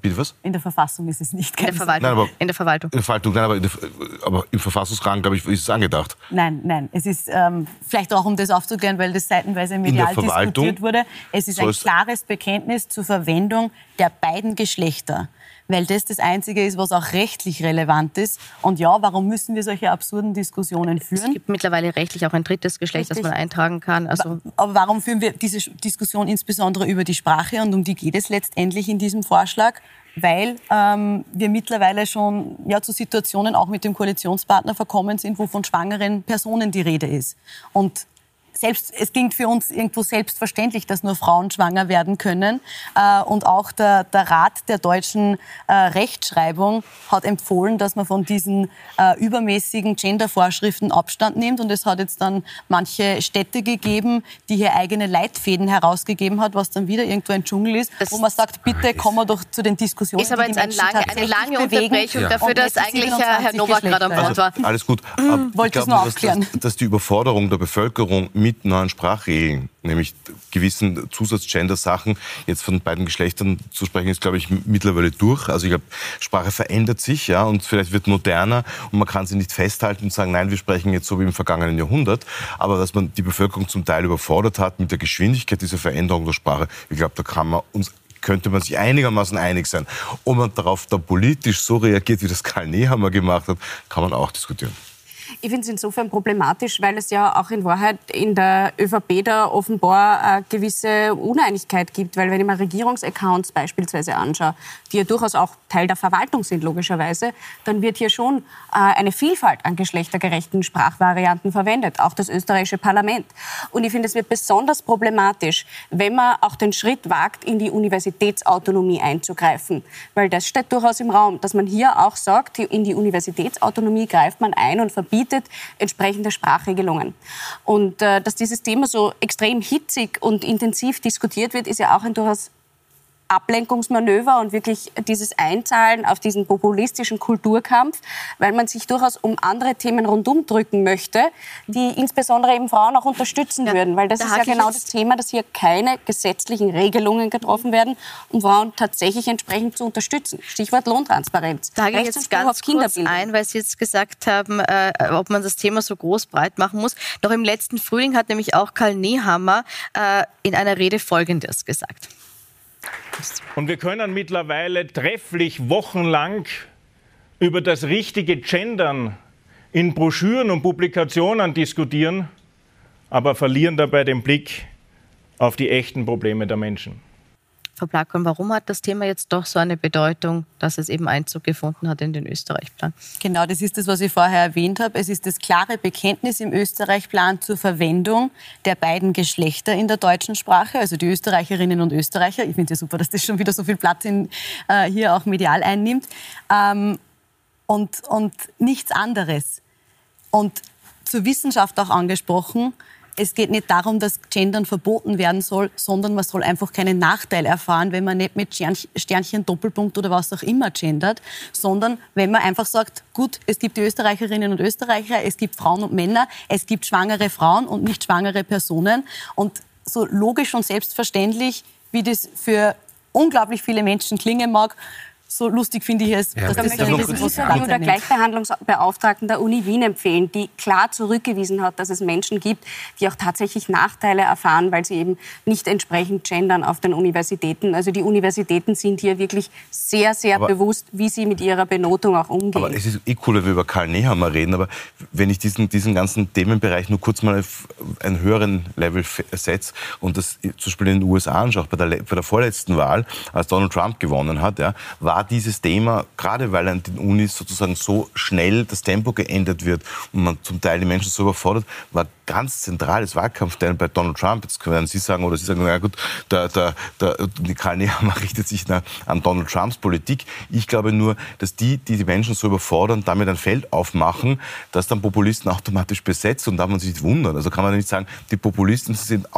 Bitte was? In der Verfassung ist es nicht. In der Verwaltung. Nein, aber, in der Verwaltung. In der Verwaltung, nein, aber, in der, aber im Verfassungsrahmen, glaube ich, ist es angedacht. Nein, nein. Es ist ähm, vielleicht auch, um das aufzuklären, weil das seitenweise medial diskutiert wurde. Es ist ein klares Bekenntnis zur Verwendung der beiden Geschlechter. Weil das das Einzige ist, was auch rechtlich relevant ist. Und ja, warum müssen wir solche absurden Diskussionen führen? Es gibt mittlerweile rechtlich auch ein drittes Geschlecht, Richtig. das man eintragen kann. Also Aber warum führen wir diese Diskussion insbesondere über die Sprache? Und um die geht es letztendlich in diesem Vorschlag. Weil ähm, wir mittlerweile schon ja, zu Situationen auch mit dem Koalitionspartner verkommen sind, wo von schwangeren Personen die Rede ist. Und Selbst, es klingt für uns irgendwo selbstverständlich, dass nur Frauen schwanger werden können. Äh, und auch der, der Rat der deutschen äh, Rechtschreibung hat empfohlen, dass man von diesen äh, übermäßigen Gender-Vorschriften Abstand nimmt. Und es hat jetzt dann manche Städte gegeben, die hier eigene Leitfäden herausgegeben hat, was dann wieder irgendwo ein Dschungel ist, das wo man sagt, bitte kommen wir doch zu den Diskussionen. Ist aber jetzt eine lange, eine lange Unterbrechung ja. dafür, dass eigentlich Herr Nowak gerade am Wort war. Also, alles gut. Mhm. Ich Wollte es nur aufklären. Dass, dass die Überforderung der Bevölkerung mit neuen Sprachregeln, nämlich gewissen Zusatz-Gender-Sachen, jetzt von beiden Geschlechtern zu sprechen, ist, glaube ich, mittlerweile durch. Also ich glaube, Sprache verändert sich, ja, und vielleicht wird moderner und man kann sie nicht festhalten und sagen, nein, wir sprechen jetzt so wie im vergangenen Jahrhundert. Aber dass man die Bevölkerung zum Teil überfordert hat mit der Geschwindigkeit dieser Veränderung der Sprache, ich glaube, da kann man uns könnte man sich einigermaßen einig sein. Ob man darauf da politisch so reagiert, wie das Karl Nehammer gemacht hat, kann man auch diskutieren. Ich finde es insofern problematisch, weil es ja auch in Wahrheit in der ÖVP da offenbar eine gewisse Uneinigkeit gibt. Weil wenn ich mir Regierungsaccounts beispielsweise anschaue, die ja durchaus auch Teil der Verwaltung sind, logischerweise, dann wird hier schon äh, eine Vielfalt an geschlechtergerechten Sprachvarianten verwendet, auch das österreichische Parlament. Und ich finde, es wird besonders problematisch, wenn man auch den Schritt wagt, in die Universitätsautonomie einzugreifen. Weil das steht durchaus im Raum, dass man hier auch sagt, in die Universitätsautonomie greift man ein und verbietet entsprechende Sprachregelungen. Und äh, dass dieses Thema so extrem hitzig und intensiv diskutiert wird, ist ja auch ein durchaus Ablenkungsmanöver und wirklich dieses Einzahlen auf diesen populistischen Kulturkampf, weil man sich durchaus um andere Themen rundum drücken möchte, die insbesondere eben Frauen auch unterstützen ja, würden. Weil das da ist ja genau das Thema, dass hier keine gesetzlichen Regelungen getroffen werden, um Frauen tatsächlich entsprechend zu unterstützen. Stichwort Lohntransparenz. Da gehe ich jetzt ganz kurz ein, weil Sie jetzt gesagt haben, äh, ob man das Thema so groß breit machen muss. Doch im letzten Frühling hat nämlich auch Karl Nehammer äh, in einer Rede Folgendes gesagt. Und wir können mittlerweile trefflich wochenlang über das richtige Gendern in Broschüren und Publikationen diskutieren, aber verlieren dabei den Blick auf die echten Probleme der Menschen. Frau Plackholm, warum hat das Thema jetzt doch so eine Bedeutung, dass es eben Einzug gefunden hat in den Österreich-Plan? Genau, das ist das, was ich vorher erwähnt habe. Es ist das klare Bekenntnis im Österreich-Plan zur Verwendung der beiden Geschlechter in der deutschen Sprache, also die Österreicherinnen und Österreicher. Ich finde es ja super, dass das schon wieder so viel Platz in, äh, hier auch medial einnimmt. Ähm, und, und nichts anderes. Und zur Wissenschaft auch angesprochen. Es geht nicht darum, dass Gendern verboten werden soll, sondern man soll einfach keinen Nachteil erfahren, wenn man nicht mit Sternchen, Doppelpunkt oder was auch immer gendert, sondern wenn man einfach sagt, gut, es gibt die Österreicherinnen und Österreicher, es gibt Frauen und Männer, es gibt schwangere Frauen und nicht schwangere Personen. Und so logisch und selbstverständlich, wie das für unglaublich viele Menschen klingen mag, so lustig finde ich es, ja, dass da das möchte ich das Interview der Gleichbehandlungsbeauftragten der Uni Wien empfehlen, die klar zurückgewiesen hat, dass es Menschen gibt, die auch tatsächlich Nachteile erfahren, weil sie eben nicht entsprechend gendern auf den Universitäten. Also die Universitäten sind hier wirklich sehr, sehr aber, bewusst, wie sie mit ihrer Benotung auch umgehen. Aber es ist eh cool, wenn wir über Karl Nehammer reden, aber wenn ich diesen, diesen ganzen Themenbereich nur kurz mal auf einen höheren Level setze und das zum Beispiel in den U S A anschaue, bei der, bei der vorletzten Wahl, als Donald Trump gewonnen hat, ja, war dieses Thema, gerade weil an den Unis sozusagen so schnell das Tempo geändert wird und man zum Teil die Menschen so überfordert, war ganz zentrales Wahlkampfthema bei Donald Trump. Jetzt können Sie sagen, oder Sie sagen, na gut, der, der, der, die Karl Nehammer richtet sich an Donald Trumps Politik. Ich glaube nur, dass die, die die Menschen so überfordern, damit ein Feld aufmachen, das dann Populisten automatisch besetzt und darf man sich nicht wundern. Also kann man nicht sagen, die Populisten sind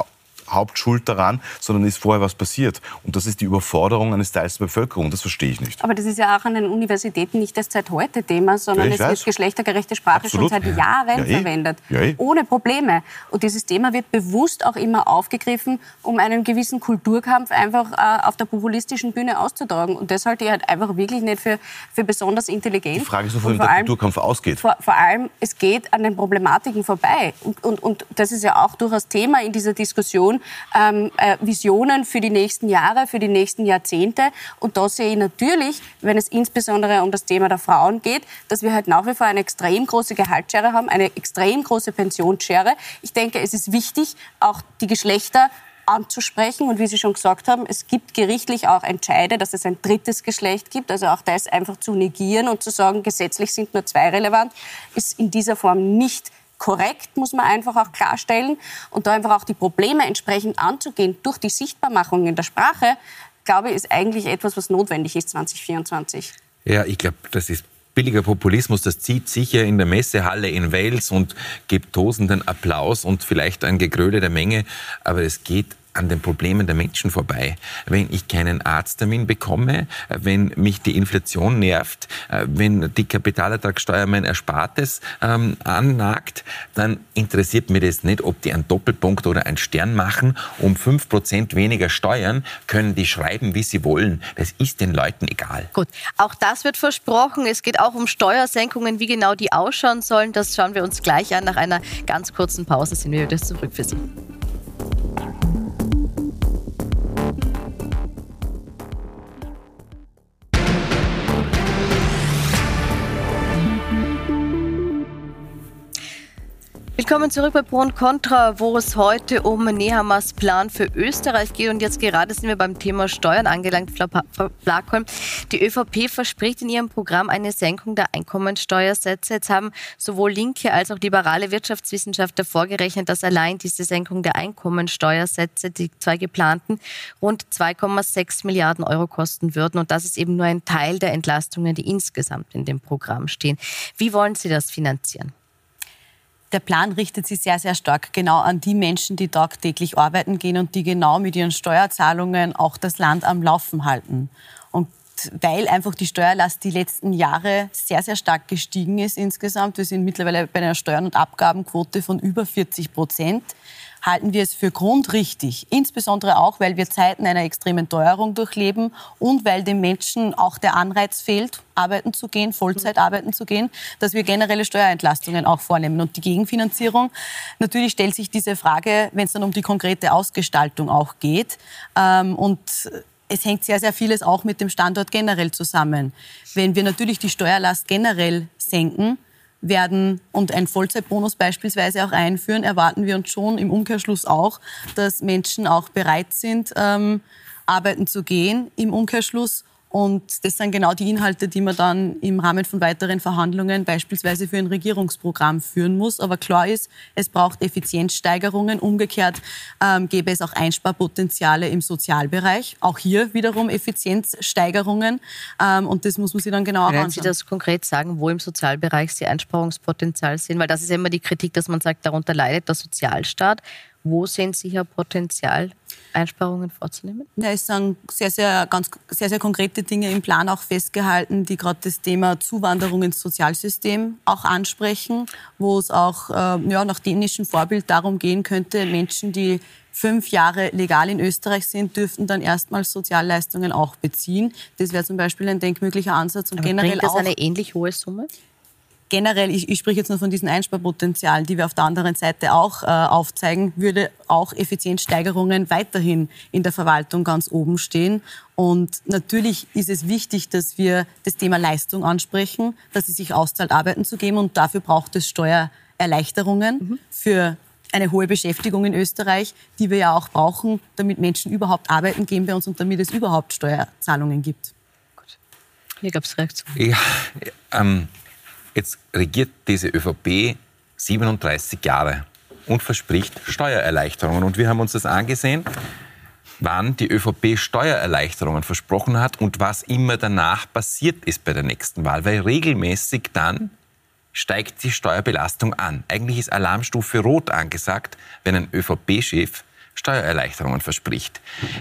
Hauptschuld daran, sondern ist vorher was passiert. Und das ist die Überforderung eines Teils der Bevölkerung. Das verstehe ich nicht. Aber das ist ja auch an den Universitäten nicht erst seit heute Thema, sondern ja, es weiß. wird geschlechtergerechte Sprache Absolut. schon seit Jahren ja, verwendet. Ja, ohne Probleme. Und dieses Thema wird bewusst auch immer aufgegriffen, um einen gewissen Kulturkampf einfach äh, auf der populistischen Bühne auszutragen. Und das halte ich halt einfach wirklich nicht für, für besonders intelligent. Die Frage ist, wovon der Kulturkampf ausgeht. Vor, vor allem, es geht an den Problematiken vorbei. Und, und, und das ist ja auch durchaus Thema in dieser Diskussion, ähm, äh, Visionen für die nächsten Jahre, für die nächsten Jahrzehnte. Und da sehe ich natürlich, wenn es insbesondere um das Thema der Frauen geht, dass wir halt nach wie vor eine extrem große Gehaltsschere haben, eine extrem große Pensionsschere. Ich denke, es ist wichtig, auch die Geschlechter anzusprechen. Und wie Sie schon gesagt haben, es gibt gerichtlich auch Entscheide, dass es ein drittes Geschlecht gibt. Also auch das einfach zu negieren und zu sagen, gesetzlich sind nur zwei relevant, ist in dieser Form nicht korrekt, muss man einfach auch klarstellen. Und da einfach auch die Probleme entsprechend anzugehen durch die Sichtbarmachung in der Sprache, glaube ich, ist eigentlich etwas, was notwendig ist zwanzig vierundzwanzig. Ja, ich glaube, das ist billiger Populismus, das zieht sicher in der Messehalle in Wales und gibt tosenden Applaus und vielleicht ein Gegröle der Menge, aber es geht an den Problemen der Menschen vorbei. Wenn ich keinen Arzttermin bekomme, wenn mich die Inflation nervt, wenn die Kapitalertragssteuer mein Erspartes ähm, annagt, dann interessiert mir das nicht, ob die einen Doppelpunkt oder einen Stern machen. Um fünf Prozent weniger Steuern können die schreiben, wie sie wollen. Das ist den Leuten egal. Gut, auch das wird versprochen. Es geht auch um Steuersenkungen, wie genau die ausschauen sollen. Das schauen wir uns gleich an. Nach einer ganz kurzen Pause sind wir wieder zurück für Sie. Willkommen zurück bei Pro und Contra, wo es heute um Nehammars Plan für Österreich geht. Und jetzt gerade sind wir beim Thema Steuern angelangt, Frau Plagholm. Die ÖVP verspricht in ihrem Programm eine Senkung der Einkommensteuersätze. Jetzt haben sowohl linke als auch liberale Wirtschaftswissenschaftler vorgerechnet, dass allein diese Senkung der Einkommensteuersätze, die zwei geplanten, rund zwei Komma sechs Milliarden Euro kosten würden. Und das ist eben nur ein Teil der Entlastungen, die insgesamt in dem Programm stehen. Wie wollen Sie das finanzieren? Der Plan richtet sich sehr, sehr stark genau an die Menschen, die tagtäglich arbeiten gehen und die genau mit ihren Steuerzahlungen auch das Land am Laufen halten. Und weil einfach die Steuerlast die letzten Jahre sehr, sehr stark gestiegen ist insgesamt, wir sind mittlerweile bei einer Steuern- und Abgabenquote von über vierzig Prozent, halten wir es für grundrichtig, insbesondere auch, weil wir Zeiten einer extremen Teuerung durchleben und weil den Menschen auch der Anreiz fehlt, arbeiten zu gehen, Vollzeit arbeiten zu gehen, dass wir generelle Steuerentlastungen auch vornehmen. Und die Gegenfinanzierung, natürlich stellt sich diese Frage, wenn es dann um die konkrete Ausgestaltung auch geht. Ähm, und es hängt sehr, sehr vieles auch mit dem Standort generell zusammen. Wenn wir natürlich die Steuerlast generell senken, werden und einen Vollzeitbonus beispielsweise auch einführen, erwarten wir uns schon im Umkehrschluss auch, dass Menschen auch bereit sind, ähm, arbeiten zu gehen im Umkehrschluss. Und das sind genau die Inhalte, die man dann im Rahmen von weiteren Verhandlungen beispielsweise für ein Regierungsprogramm führen muss. Aber klar ist, es braucht Effizienzsteigerungen. Umgekehrt ähm, gäbe es auch Einsparpotenziale im Sozialbereich. Auch hier wiederum Effizienzsteigerungen. Ähm, und das muss man sich dann genau anschauen. Können Sie das konkret sagen, wo im Sozialbereich Sie Einsparungspotenzial sehen? Weil das ist ja immer die Kritik, dass man sagt, darunter leidet der Sozialstaat. Wo sehen Sie hier Potenzial, Einsparungen vorzunehmen? Ja, es sind sehr, sehr, ganz, sehr, sehr konkrete Dinge im Plan auch festgehalten, die gerade das Thema Zuwanderung ins Sozialsystem auch ansprechen, wo es auch äh, ja, nach dänischem Vorbild darum gehen könnte, Menschen, die fünf Jahre legal in Österreich sind, dürften dann erstmals Sozialleistungen auch beziehen. Das wäre zum Beispiel ein denkmöglicher Ansatz. Und Aber generell bringt das auch eine ähnlich hohe Summe? Generell, ich, ich spreche jetzt nur von diesen Einsparpotenzialen, die wir auf der anderen Seite auch äh, aufzeigen, würde auch Effizienzsteigerungen weiterhin in der Verwaltung ganz oben stehen. Und natürlich ist es wichtig, dass wir das Thema Leistung ansprechen, dass es sich auszahlt, arbeiten zu geben. Und dafür braucht es Steuererleichterungen mhm. für eine hohe Beschäftigung in Österreich, die wir ja auch brauchen, damit Menschen überhaupt arbeiten gehen bei uns und damit es überhaupt Steuerzahlungen gibt. Gut. Hier gab es Reaktion. Ja, ähm Jetzt regiert diese ÖVP siebenunddreißig Jahre und verspricht Steuererleichterungen. Und wir haben uns das angesehen, wann die ÖVP Steuererleichterungen versprochen hat und was immer danach passiert ist bei der nächsten Wahl. Weil regelmäßig dann steigt die Steuerbelastung an. Eigentlich ist Alarmstufe Rot angesagt, wenn ein ÖVP-Chef Steuererleichterungen verspricht.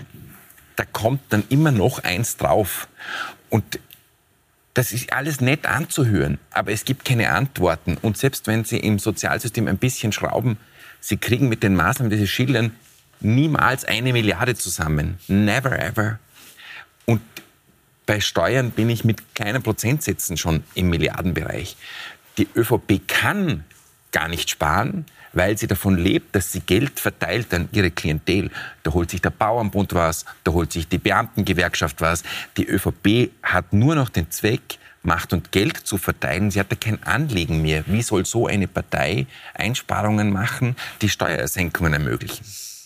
Da kommt dann immer noch eins drauf. Und das ist alles nett anzuhören, aber es gibt keine Antworten. Und selbst wenn Sie im Sozialsystem ein bisschen schrauben, Sie kriegen mit den Maßnahmen, die Sie schildern, niemals eine Milliarde zusammen. Never ever. Und bei Steuern bin ich mit kleinen Prozentsätzen schon im Milliardenbereich. Die ÖVP kann gar nicht sparen, weil sie davon lebt, dass sie Geld verteilt an ihre Klientel. Da holt sich der Bauernbund was, da holt sich die Beamtengewerkschaft was. Die ÖVP hat nur noch den Zweck, Macht und Geld zu verteilen. Sie hat da kein Anliegen mehr. Wie soll so eine Partei Einsparungen machen, die Steuersenkungen ermöglichen?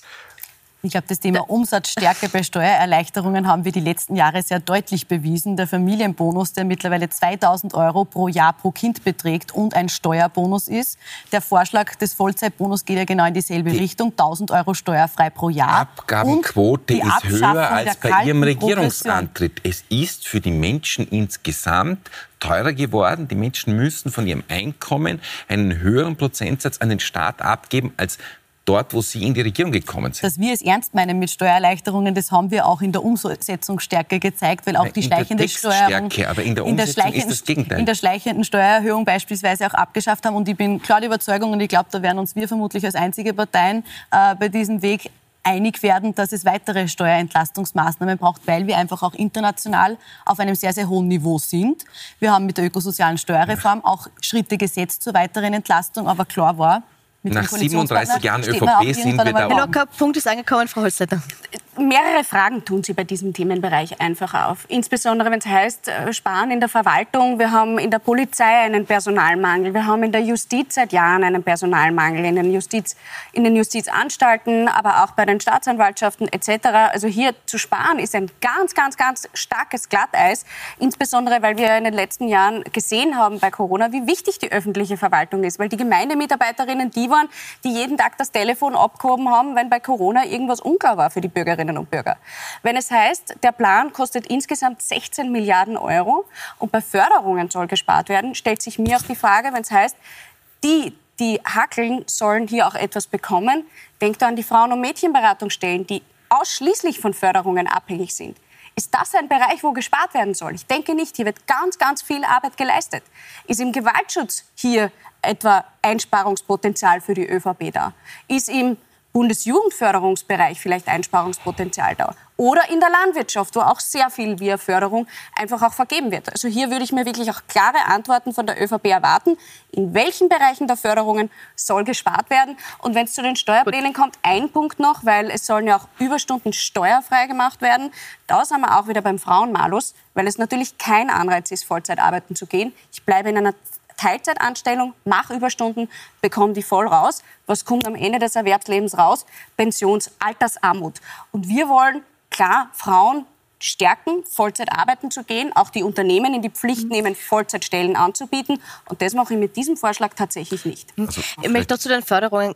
Ich glaube, das Thema Umsatzstärke bei Steuererleichterungen haben wir die letzten Jahre sehr deutlich bewiesen. Der Familienbonus, der mittlerweile zweitausend Euro pro Jahr pro Kind beträgt und ein Steuerbonus ist. Der Vorschlag des Vollzeitbonus geht ja genau in dieselbe die Richtung. tausend Euro steuerfrei pro Jahr. Abgabenquote ist höher als bei Ihrem Regierungsantritt. Es ist für die Menschen insgesamt teurer geworden. Die Menschen müssen von ihrem Einkommen einen höheren Prozentsatz an den Staat abgeben als dort, wo Sie in die Regierung gekommen sind. Dass wir es ernst meinen mit Steuererleichterungen, das haben wir auch in der Umsetzungsstärke gezeigt, weil auch die schleichende Steuerung, aber in der Umsetzung in der ist das Gegenteil. In der schleichenden Steuererhöhung beispielsweise auch abgeschafft haben. Und ich bin klar der Überzeugung, und ich glaube, da werden uns wir vermutlich als einzige Parteien äh, bei diesem Weg einig werden, dass es weitere Steuerentlastungsmaßnahmen braucht, weil wir einfach auch international auf einem sehr, sehr hohen Niveau sind. Wir haben mit der ökosozialen Steuerreform auch Schritte gesetzt zur weiteren Entlastung, aber klar war, mit nach siebenunddreißig Jahren ÖVP sind wir da. Locker Punkt ist angekommen, Frau Holzleitner. Mehrere Fragen tun Sie bei diesem Themenbereich einfach auf. Insbesondere, wenn es heißt, sparen in der Verwaltung. Wir haben in der Polizei einen Personalmangel. Wir haben in der Justiz seit Jahren einen Personalmangel. In den, Justiz, in den Justizanstalten, aber auch bei den Staatsanwaltschaften et cetera. Also hier zu sparen ist ein ganz, ganz, ganz starkes Glatteis. Insbesondere, weil wir in den letzten Jahren gesehen haben bei Corona, wie wichtig die öffentliche Verwaltung ist. Weil die Gemeindemitarbeiterinnen, die waren, die jeden Tag das Telefon abgehoben haben, wenn bei Corona irgendwas unklar war für die Bürgerinnen und Bürger. Wenn es heißt, der Plan kostet insgesamt sechzehn Milliarden Euro und bei Förderungen soll gespart werden, stellt sich mir auch die Frage, wenn es heißt, die, die hackeln, sollen hier auch etwas bekommen. Denkt an die Frauen- und Mädchenberatungsstellen, die ausschließlich von Förderungen abhängig sind. Ist das ein Bereich, wo gespart werden soll? Ich denke nicht. Hier wird ganz, ganz viel Arbeit geleistet. Ist im Gewaltschutz hier etwa Einsparungspotenzial für die ÖVP da? Ist im Bundesjugendförderungsbereich vielleicht Einsparungspotenzial da? Oder in der Landwirtschaft, wo auch sehr viel via Förderung einfach auch vergeben wird. Also hier würde ich mir wirklich auch klare Antworten von der ÖVP erwarten. In welchen Bereichen der Förderungen soll gespart werden? Und wenn es zu den Steuerplänen kommt, ein Punkt noch, weil es sollen ja auch Überstunden steuerfrei gemacht werden. Da sind wir auch wieder beim Frauenmalus, weil es natürlich kein Anreiz ist, Vollzeit arbeiten zu gehen. Ich bleibe in einer Teilzeitanstellung, mache Überstunden, bekomme die voll raus. Was kommt am Ende des Erwerbslebens raus? Pensions-, Altersarmut. Und wir wollen, klar, Frauen stärken, Vollzeit arbeiten zu gehen, auch die Unternehmen in die Pflicht nehmen, Vollzeitstellen anzubieten. Und das mache ich mit diesem Vorschlag tatsächlich nicht. Also, ich möchte noch zu den Förderungen...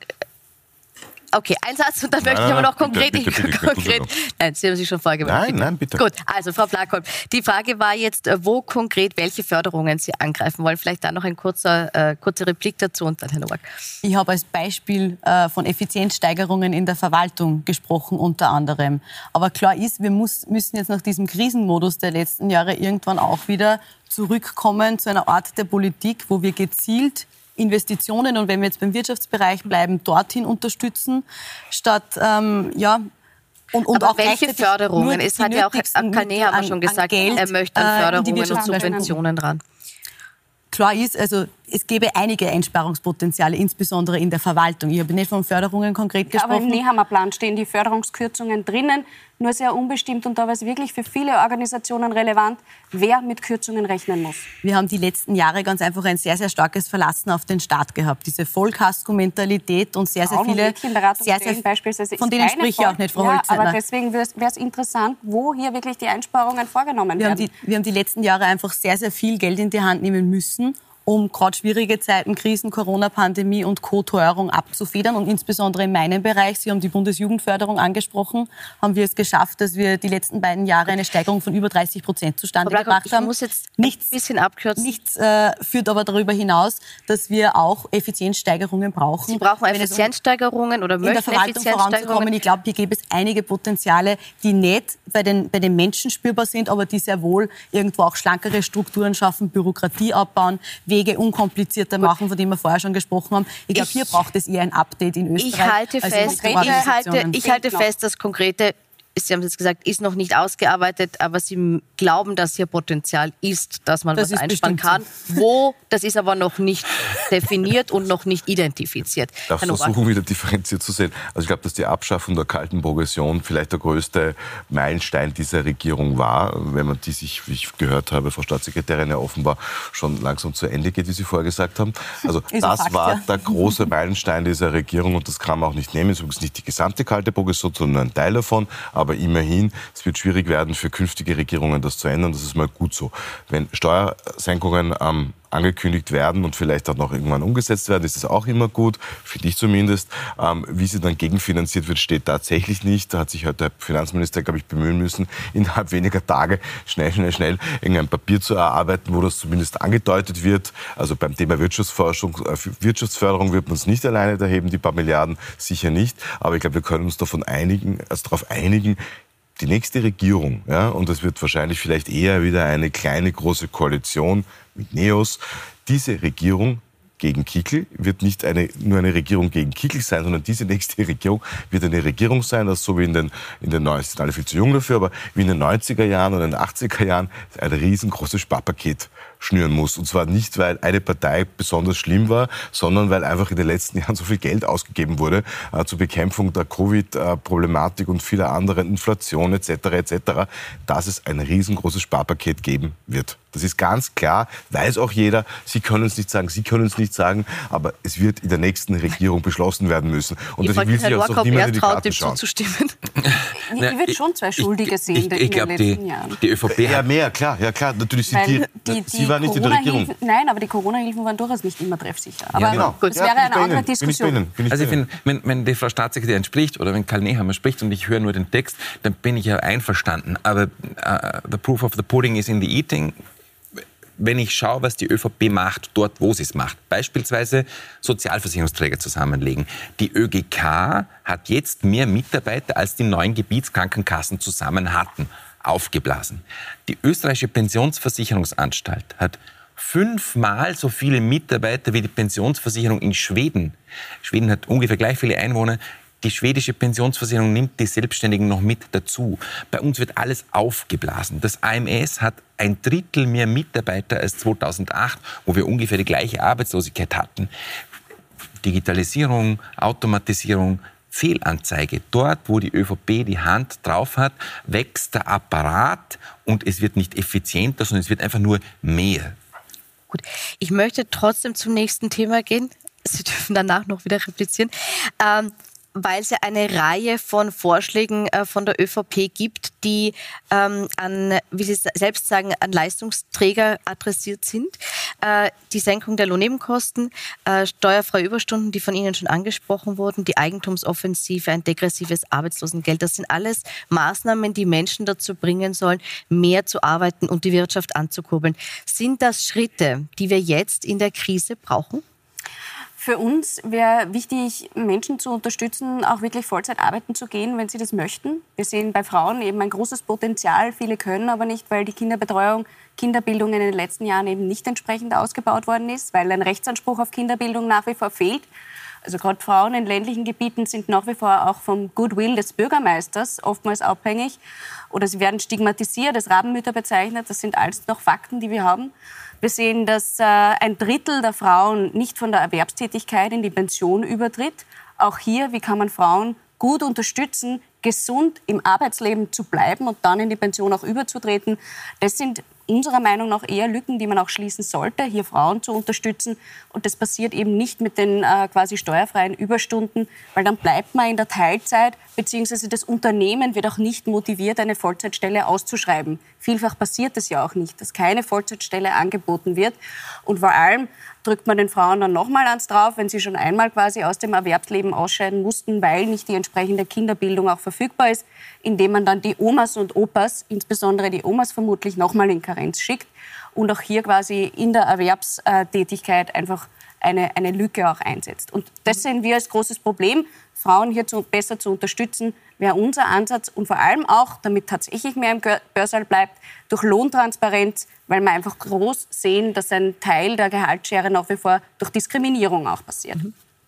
Okay, ein Satz und dann möchte ich aber noch konkret... Bitte, bitte, bitte, konkret nein, Sie haben sich schon vorgeworfen. Nein, nein, bitte. Gut, also Frau Flackhol, die Frage war jetzt, wo konkret welche Förderungen Sie angreifen wollen. Vielleicht da noch ein kurzer, äh, kurzer Replik dazu und dann Herr Nowak. Ich habe als Beispiel äh, von Effizienzsteigerungen in der Verwaltung gesprochen, unter anderem. Aber klar ist, wir muss, müssen jetzt nach diesem Krisenmodus der letzten Jahre irgendwann auch wieder zurückkommen zu einer Art der Politik, wo wir gezielt Investitionen und wenn wir jetzt beim Wirtschaftsbereich bleiben, dorthin unterstützen, statt ähm, ja und, und aber auch welche Förderungen? Es hat ja auch Karl Nehammer schon gesagt, Geld, er möchte an Förderungen äh, und Subventionen ran. Klar ist, also es gäbe einige Einsparungspotenziale, insbesondere in der Verwaltung. Ich habe nicht von Förderungen konkret gesprochen. Aber im Nehammer-Plan stehen die Förderungskürzungen drinnen, nur sehr unbestimmt. Und da war es wirklich für viele Organisationen relevant, wer mit Kürzungen rechnen muss. Wir haben die letzten Jahre ganz einfach ein sehr, sehr starkes Verlassen auf den Staat gehabt. Diese Vollkasko-Mentalität und sehr, sehr Frauen- viele... und sehr, sehr, beispielsweise von denen spreche ich auch nicht, Frau ja, Holzleitner. aber deswegen wäre es interessant, wo hier wirklich die Einsparungen vorgenommen wir werden. haben, die, wir haben die letzten Jahre einfach sehr, sehr viel Geld in die Hand nehmen müssen, um gerade schwierige Zeiten, Krisen, Corona-Pandemie und Co-Teuerung abzufedern. Und insbesondere in meinem Bereich, Sie haben die Bundesjugendförderung angesprochen, haben wir es geschafft, dass wir die letzten beiden Jahre eine Steigerung von über dreißig Prozent zustande Frau gebracht haben. Ich muss jetzt nichts, ein bisschen abkürzen. Nichts äh, führt aber darüber hinaus, dass wir auch Effizienzsteigerungen brauchen. Sie brauchen Effizienzsteigerungen oder möchten in der Verwaltung voranzukommen. Ich glaube, hier gäbe es einige Potenziale, die nicht bei den, bei den Menschen spürbar sind, aber die sehr wohl irgendwo auch schlankere Strukturen schaffen, Bürokratie abbauen, Wege unkomplizierter Gut. machen, von denen wir vorher schon gesprochen haben. Ich glaube, hier braucht es eher ein Update in Österreich. Ich halte fest, ich halte, ich halte fest, das Konkrete, Sie haben es jetzt gesagt, ist noch nicht ausgearbeitet, aber Sie glauben, dass hier Potenzial ist, dass man das was einsparen kann. So. Wo, das ist aber noch nicht definiert und noch nicht identifiziert. Ich darf versuchen, wieder differenziert zu sehen. Also ich glaube, dass die Abschaffung der kalten Progression vielleicht der größte Meilenstein dieser Regierung war, wenn man die sich, wie ich gehört habe, Frau Staatssekretärin, ja offenbar schon langsam zu Ende geht, wie Sie vorher gesagt haben. Also ist das Fakt, war ja. der große Meilenstein dieser Regierung und das kann man auch nicht nehmen. Es ist übrigens nicht die gesamte kalte Progression, sondern ein Teil davon. Aber immerhin, es wird schwierig werden für künftige Regierungen, das zu ändern. Das ist mal gut so. Wenn Steuersenkungen ähm, angekündigt werden und vielleicht auch noch irgendwann umgesetzt werden, ist das auch immer gut, finde ich zumindest. Ähm, wie sie dann gegenfinanziert wird, steht tatsächlich nicht. Da hat sich heute der Finanzminister, glaube ich, bemühen müssen, innerhalb weniger Tage schnell, schnell, schnell irgendein Papier zu erarbeiten, wo das zumindest angedeutet wird. Also beim Thema Wirtschaftsforschung, äh, Wirtschaftsförderung wird man es nicht alleine erheben, die paar Milliarden sicher nicht. Aber ich glaube, wir können uns davon einigen, also darauf einigen, die nächste Regierung, ja, und das wird wahrscheinlich vielleicht eher wieder eine kleine, große Koalition mit Neos, diese Regierung gegen Kickl wird nicht eine, nur eine Regierung gegen Kickl sein, sondern diese nächste Regierung wird eine Regierung sein, das so wie in den, in den neunziger, sind alle viel zu jung dafür, aber wie in den neunziger Jahren oder in den achtziger Jahren ein riesengroßes Sparpaket schnüren muss. Und zwar nicht, weil eine Partei besonders schlimm war, sondern weil einfach in den letzten Jahren so viel Geld ausgegeben wurde äh, zur Bekämpfung der Covid-Problematik und vieler anderen, Inflation et cetera et cetera, dass es ein riesengroßes Sparpaket geben wird. Das ist ganz klar, weiß auch jeder. Sie können es nicht sagen, Sie können es nicht sagen, aber es wird in der nächsten Regierung beschlossen werden müssen. Und ich das will sich auch niemand in die Karten schauen. Zuzustimmen. Ich, ich würde schon zwei Schuldige sehen ich, ich, ich in den letzten die, Jahren. Die ÖVP ja, mehr, klar, ja klar. Natürlich sind die, die, die, Sie waren nicht in der Regierung. Nein, aber die Corona-Hilfen waren durchaus nicht immer treffsicher. Aber ja, genau. das wäre ja, eine andere Ihnen, Diskussion. Ich ich also ich finde, wenn, wenn die Frau Staatssekretärin spricht oder wenn Karl Nehammer spricht und ich höre nur den Text, dann bin ich ja einverstanden. Aber uh, the proof of the pudding is in the eating. Wenn ich schaue, was die ÖVP macht, dort, wo sie es macht, beispielsweise Sozialversicherungsträger zusammenlegen. Die ÖGK hat jetzt mehr Mitarbeiter, als die neuen Gebietskrankenkassen zusammen hatten, aufgeblasen. Die österreichische Pensionsversicherungsanstalt hat fünfmal so viele Mitarbeiter wie die Pensionsversicherung in Schweden. Schweden hat ungefähr gleich viele Einwohner. Die schwedische Pensionsversicherung nimmt die Selbstständigen noch mit dazu. Bei uns wird alles aufgeblasen. Das A M S hat ein Drittel mehr Mitarbeiter als zweitausendacht, wo wir ungefähr die gleiche Arbeitslosigkeit hatten. Digitalisierung, Automatisierung, Fehlanzeige. Dort, wo die ÖVP die Hand drauf hat, wächst der Apparat und es wird nicht effizienter, sondern es wird einfach nur mehr. Gut, ich möchte trotzdem zum nächsten Thema gehen. Sie dürfen danach noch wieder replizieren. Ähm, weil es ja eine Reihe von Vorschlägen äh, von der ÖVP gibt, die ähm, an, wie Sie selbst sagen, an Leistungsträger adressiert sind. Äh, die Senkung der Lohnnebenkosten, äh, steuerfreie Überstunden, die von Ihnen schon angesprochen wurden, die Eigentumsoffensive, ein degressives Arbeitslosengeld. Das sind alles Maßnahmen, die Menschen dazu bringen sollen, mehr zu arbeiten und die Wirtschaft anzukurbeln. Sind das Schritte, die wir jetzt in der Krise brauchen? Für uns wäre wichtig, Menschen zu unterstützen, auch wirklich Vollzeit arbeiten zu gehen, wenn sie das möchten. Wir sehen bei Frauen eben ein großes Potenzial. Viele können aber nicht, weil die Kinderbetreuung, Kinderbildung in den letzten Jahren eben nicht entsprechend ausgebaut worden ist, weil ein Rechtsanspruch auf Kinderbildung nach wie vor fehlt. Also gerade Frauen in ländlichen Gebieten sind nach wie vor auch vom Goodwill des Bürgermeisters oftmals abhängig. Oder sie werden stigmatisiert, als Rabenmütter bezeichnet. Das sind alles noch Fakten, die wir haben. Wir sehen, dass äh, ein Drittel der Frauen nicht von der Erwerbstätigkeit in die Pension übertritt. Auch hier, wie kann man Frauen gut unterstützen, gesund im Arbeitsleben zu bleiben und dann in die Pension auch überzutreten. Das sind unserer Meinung nach eher Lücken, die man auch schließen sollte, hier Frauen zu unterstützen. Und das passiert eben nicht mit den äh, quasi steuerfreien Überstunden, weil dann bleibt man in der Teilzeit, beziehungsweise das Unternehmen wird auch nicht motiviert, eine Vollzeitstelle auszuschreiben. Vielfach passiert es ja auch nicht, dass keine Vollzeitstelle angeboten wird. Und vor allem drückt man den Frauen dann nochmal ans drauf, wenn sie schon einmal quasi aus dem Erwerbsleben ausscheiden mussten, weil nicht die entsprechende Kinderbildung auch verfügbar ist, indem man dann die Omas und Opas, insbesondere die Omas vermutlich, nochmal in Karenz schickt und auch hier quasi in der Erwerbstätigkeit einfach eine, eine Lücke auch einsetzt. Und das sehen wir als großes Problem. Frauen hier zu, besser zu unterstützen, wäre unser Ansatz. Und vor allem auch, damit tatsächlich mehr im Börsal bleibt, durch Lohntransparenz, weil wir einfach groß sehen, dass ein Teil der Gehaltsschere nach wie vor durch Diskriminierung auch passiert.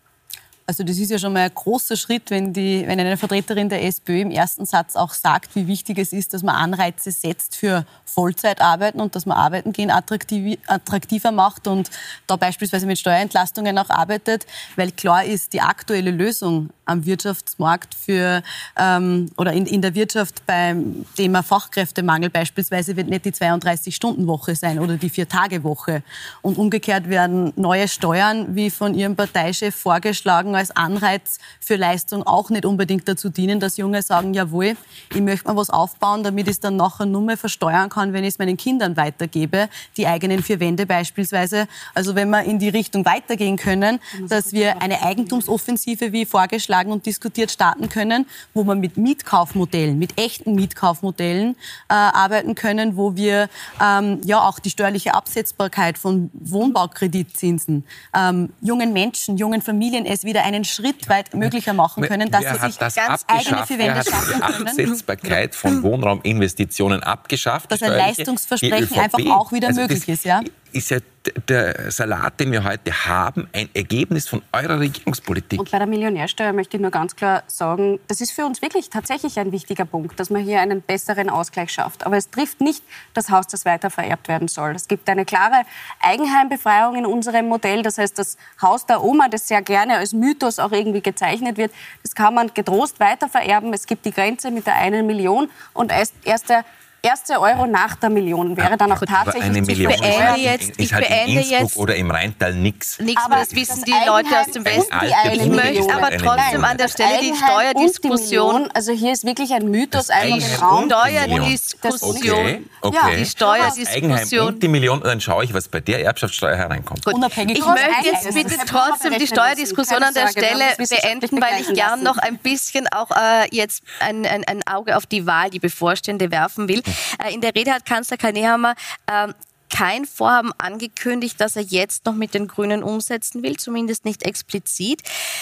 Also das ist ja schon mal ein großer Schritt, wenn, die, wenn eine Vertreterin der SPÖ im ersten Satz auch sagt, wie wichtig es ist, dass man Anreize setzt für Vollzeitarbeiten und dass man Arbeiten gehen attraktiv, attraktiver macht und da beispielsweise mit Steuerentlastungen auch arbeitet, weil klar ist, die aktuelle Lösung am Wirtschaftsmarkt für ähm, oder in, in der Wirtschaft beim Thema Fachkräftemangel beispielsweise wird nicht die zweiunddreißig-Stunden-Woche sein oder die Vier-Tage-Woche. Und umgekehrt werden neue Steuern, wie von Ihrem Parteichef vorgeschlagen, als Anreiz für Leistung auch nicht unbedingt dazu dienen, dass Junge sagen, jawohl, ich möchte mal was aufbauen, damit ich es dann nachher nur mehr versteuern kann, wenn ich es meinen Kindern weitergebe, die eigenen vier Wände beispielsweise. Also wenn wir in die Richtung weitergehen können, dass wir eine Eigentumsoffensive, wie vorgeschlagen und diskutiert, starten können, wo wir mit Mietkaufmodellen, mit echten Mietkaufmodellen äh, arbeiten können, wo wir ähm, ja auch die steuerliche Absetzbarkeit von Wohnbaukreditzinsen ähm, jungen Menschen, jungen Familien es wieder einen Schritt weit möglicher machen können, dass Wer sie sich das ganz eigene vier Wände schaffen können. Die Absetzbarkeit von Wohnrauminvestitionen abgeschafft. Dass ein Leistungsversprechen einfach auch wieder also möglich ist, ja? Ist ja der Salat, den wir heute haben, ein Ergebnis von eurer Regierungspolitik. Und bei der Millionärsteuer möchte ich nur ganz klar sagen, das ist für uns wirklich tatsächlich ein wichtiger Punkt, dass man hier einen besseren Ausgleich schafft. Aber es trifft nicht das Haus, das weiter vererbt werden soll. Es gibt eine klare Eigenheimbefreiung in unserem Modell. Das heißt, das Haus der Oma, das sehr gerne als Mythos auch irgendwie gezeichnet wird, das kann man getrost weiter vererben. Es gibt die Grenze mit der einen Million und erst, erst der erste Euro nach der Million wäre dann auch tatsächlich eine Million zu beende jetzt, ist halt in Innsbruck jetzt oder im Rheintal nichts. Nichts, aber das wissen die Leute aus dem Westen. Ich möchte aber trotzdem an der Stelle die Steuerdiskussion. Also hier ist wirklich ein Mythos einfach im Raum. Steuerdiskussion. Okay, okay. Ja, die Steuerdiskussion. Eigenheim und die Million, dann schaue ich, was bei der Erbschaftssteuer hereinkommt. Gut. Ich möchte jetzt bitte trotzdem die Steuerdiskussion an der Stelle beenden, weil ich gern noch ein bisschen auch äh, jetzt ein, ein, ein Auge auf die Wahl, die bevorstehende, werfen will. Äh, in der Rede hat Kanzler Karl Nehammer äh, kein Vorhaben angekündigt, das er jetzt noch mit den Grünen umsetzen will, zumindest nicht explizit,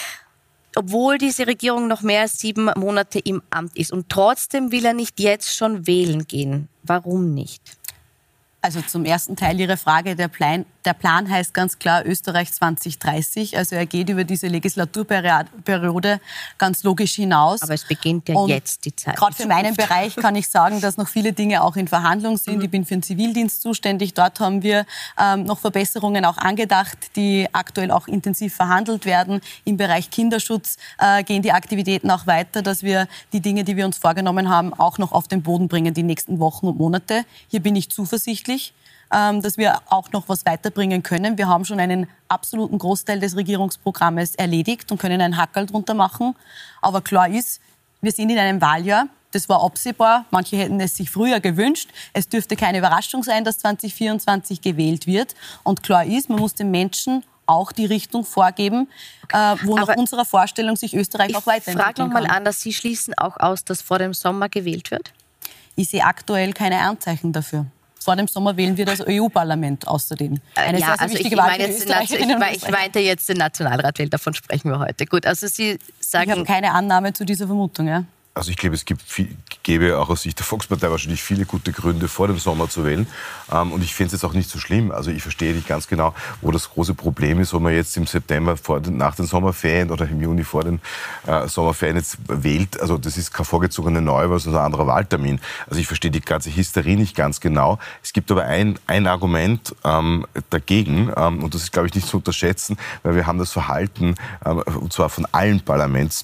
obwohl diese Regierung noch mehr als sieben Monate im Amt ist. Und trotzdem will er nicht jetzt schon wählen gehen. Warum nicht? Also zum ersten Teil Ihrer Frage, der Plan, der Plan heißt ganz klar Österreich zwanzig dreißig. Also er geht über diese Legislaturperiode ganz logisch hinaus. Aber es beginnt ja Und jetzt die Zeit. Gerade für meinen Bereich kann ich sagen, dass noch viele Dinge auch in Verhandlung sind. Mhm. Ich bin für den Zivildienst zuständig. Dort haben wir ähm, noch Verbesserungen auch angedacht, die aktuell auch intensiv verhandelt werden. Im Bereich Kinderschutz äh, gehen die Aktivitäten auch weiter, dass wir die Dinge, die wir uns vorgenommen haben, auch noch auf den Boden bringen die nächsten Wochen und Monate. Hier bin ich zuversichtlich, dass wir auch noch was weiterbringen können. Wir haben schon einen absoluten Großteil des Regierungsprogrammes erledigt und können einen Hackerl drunter machen. Aber klar ist, wir sind in einem Wahljahr. Das war absehbar. Manche hätten es sich früher gewünscht. Es dürfte keine Überraschung sein, dass zwanzig vierundzwanzig gewählt wird. Und klar ist, man muss den Menschen auch die Richtung vorgeben, äh, wo nach unserer Vorstellung sich Österreich auch weiterentwickeln kann. Ich frage noch mal anders. Sie schließen auch aus, dass vor dem Sommer gewählt wird? Ich sehe aktuell keine Anzeichen dafür. Vor dem Sommer wählen wir das E U-Parlament außerdem. Eine ja, sehr, sehr also wichtige ich, Wahl meine für die jetzt Österreicherinnen und ich, ich meinte jetzt den Nationalrat wählen, davon sprechen wir heute. Gut, also Sie sagen... Ich habe keine Annahme zu dieser Vermutung, ja. Also ich glaube, es gibt viel, gäbe auch aus Sicht der Volkspartei wahrscheinlich viele gute Gründe, vor dem Sommer zu wählen. Ähm, und ich finde es jetzt auch nicht so schlimm. Also ich verstehe nicht ganz genau, wo das große Problem ist, ob man jetzt im September vor den, nach den Sommerferien oder im Juni vor den äh, Sommerferien jetzt wählt. Also das ist keine vorgezogene Neuwahl, sondern ein anderer Wahltermin. Also ich verstehe die ganze Hysterie nicht ganz genau. Es gibt aber ein, ein Argument ähm, dagegen, ähm, und das ist, glaube ich, nicht zu unterschätzen, weil wir haben das Verhalten, ähm, und zwar von allen Parlaments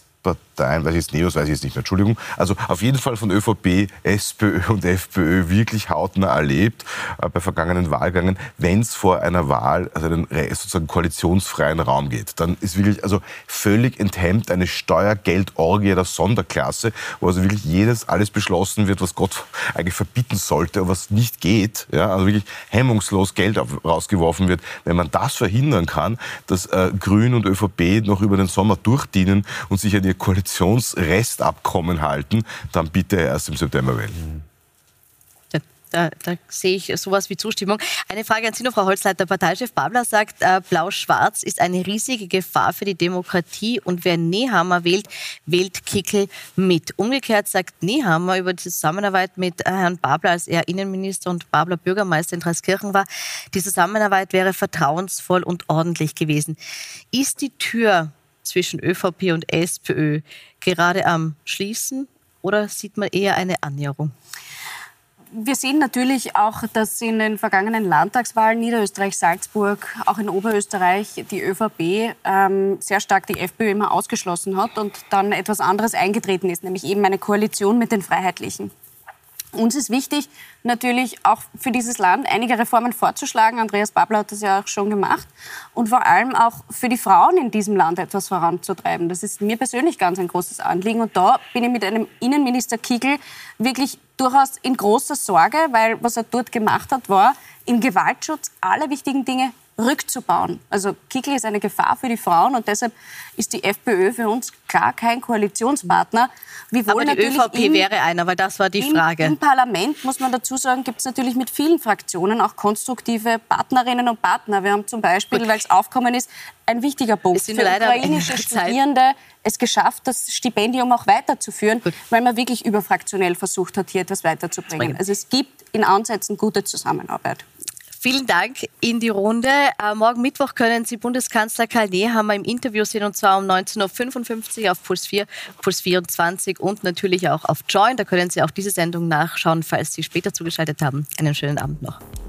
der einen weiß ich jetzt Neos, weiß ich jetzt nicht mehr, Entschuldigung. Also auf jeden Fall von ÖVP, SPÖ und FPÖ wirklich hautnah erlebt äh, bei vergangenen Wahlgängen, wenn es vor einer Wahl, also einen sozusagen koalitionsfreien Raum geht. Dann ist wirklich also völlig enthemmt eine Steuergeldorgie der Sonderklasse, wo also wirklich jedes, alles beschlossen wird, was Gott eigentlich verbieten sollte und was nicht geht. Ja, also wirklich hemmungslos Geld auf, rausgeworfen wird. Wenn man das verhindern kann, dass äh, Grün und ÖVP noch über den Sommer durchdienen und sich an ihr Koalitionsrestabkommen halten, dann bitte erst im September wählen. Da, da sehe ich sowas wie Zustimmung. Eine Frage an Sie noch, Frau Holzleiter. Parteichef Babler sagt, äh, Blau-Schwarz ist eine riesige Gefahr für die Demokratie und wer Nehammer wählt, wählt Kickl mit. Umgekehrt sagt Nehammer über die Zusammenarbeit mit äh, Herrn Babler, als er Innenminister und Babler Bürgermeister in Traiskirchen war, die Zusammenarbeit wäre vertrauensvoll und ordentlich gewesen. Ist die Tür zwischen ÖVP und SPÖ gerade am Schließen oder sieht man eher eine Annäherung? Wir sehen natürlich auch, dass in den vergangenen Landtagswahlen Niederösterreich, Salzburg, auch in Oberösterreich die ÖVP ähm, sehr stark die FPÖ immer ausgeschlossen hat und dann etwas anderes eingetreten ist, nämlich eben eine Koalition mit den Freiheitlichen. Uns ist wichtig, natürlich auch für dieses Land einige Reformen vorzuschlagen. Andreas Babler hat das ja auch schon gemacht. Und vor allem auch für die Frauen in diesem Land etwas voranzutreiben. Das ist mir persönlich ganz ein großes Anliegen. Und da bin ich mit einem Innenminister Kickl wirklich durchaus in großer Sorge, weil was er dort gemacht hat, war, im Gewaltschutz alle wichtigen Dinge rückzubauen. Also Kickl ist eine Gefahr für die Frauen und deshalb ist die FPÖ für uns klar kein Koalitionspartner. Aber die ÖVP im, wäre einer, weil das war die im, Frage. Im Parlament, muss man dazu sagen, gibt es natürlich mit vielen Fraktionen auch konstruktive Partnerinnen und Partner. Wir haben zum Beispiel, weil es aufgekommen ist, ein wichtiger Punkt für ukrainische Studierende es geschafft, das Stipendium auch weiterzuführen, Gut. weil man wirklich überfraktionell versucht hat, hier etwas weiterzubringen. Also es gibt in Ansätzen gute Zusammenarbeit. Vielen Dank in die Runde. Äh, morgen Mittwoch können Sie Bundeskanzler Karl Nehammer im Interview sehen, und zwar um neunzehn Uhr fünfundfünfzig auf Puls vier, Puls vierundzwanzig und natürlich auch auf Join. Da können Sie auch diese Sendung nachschauen, falls Sie später zugeschaltet haben. Einen schönen Abend noch.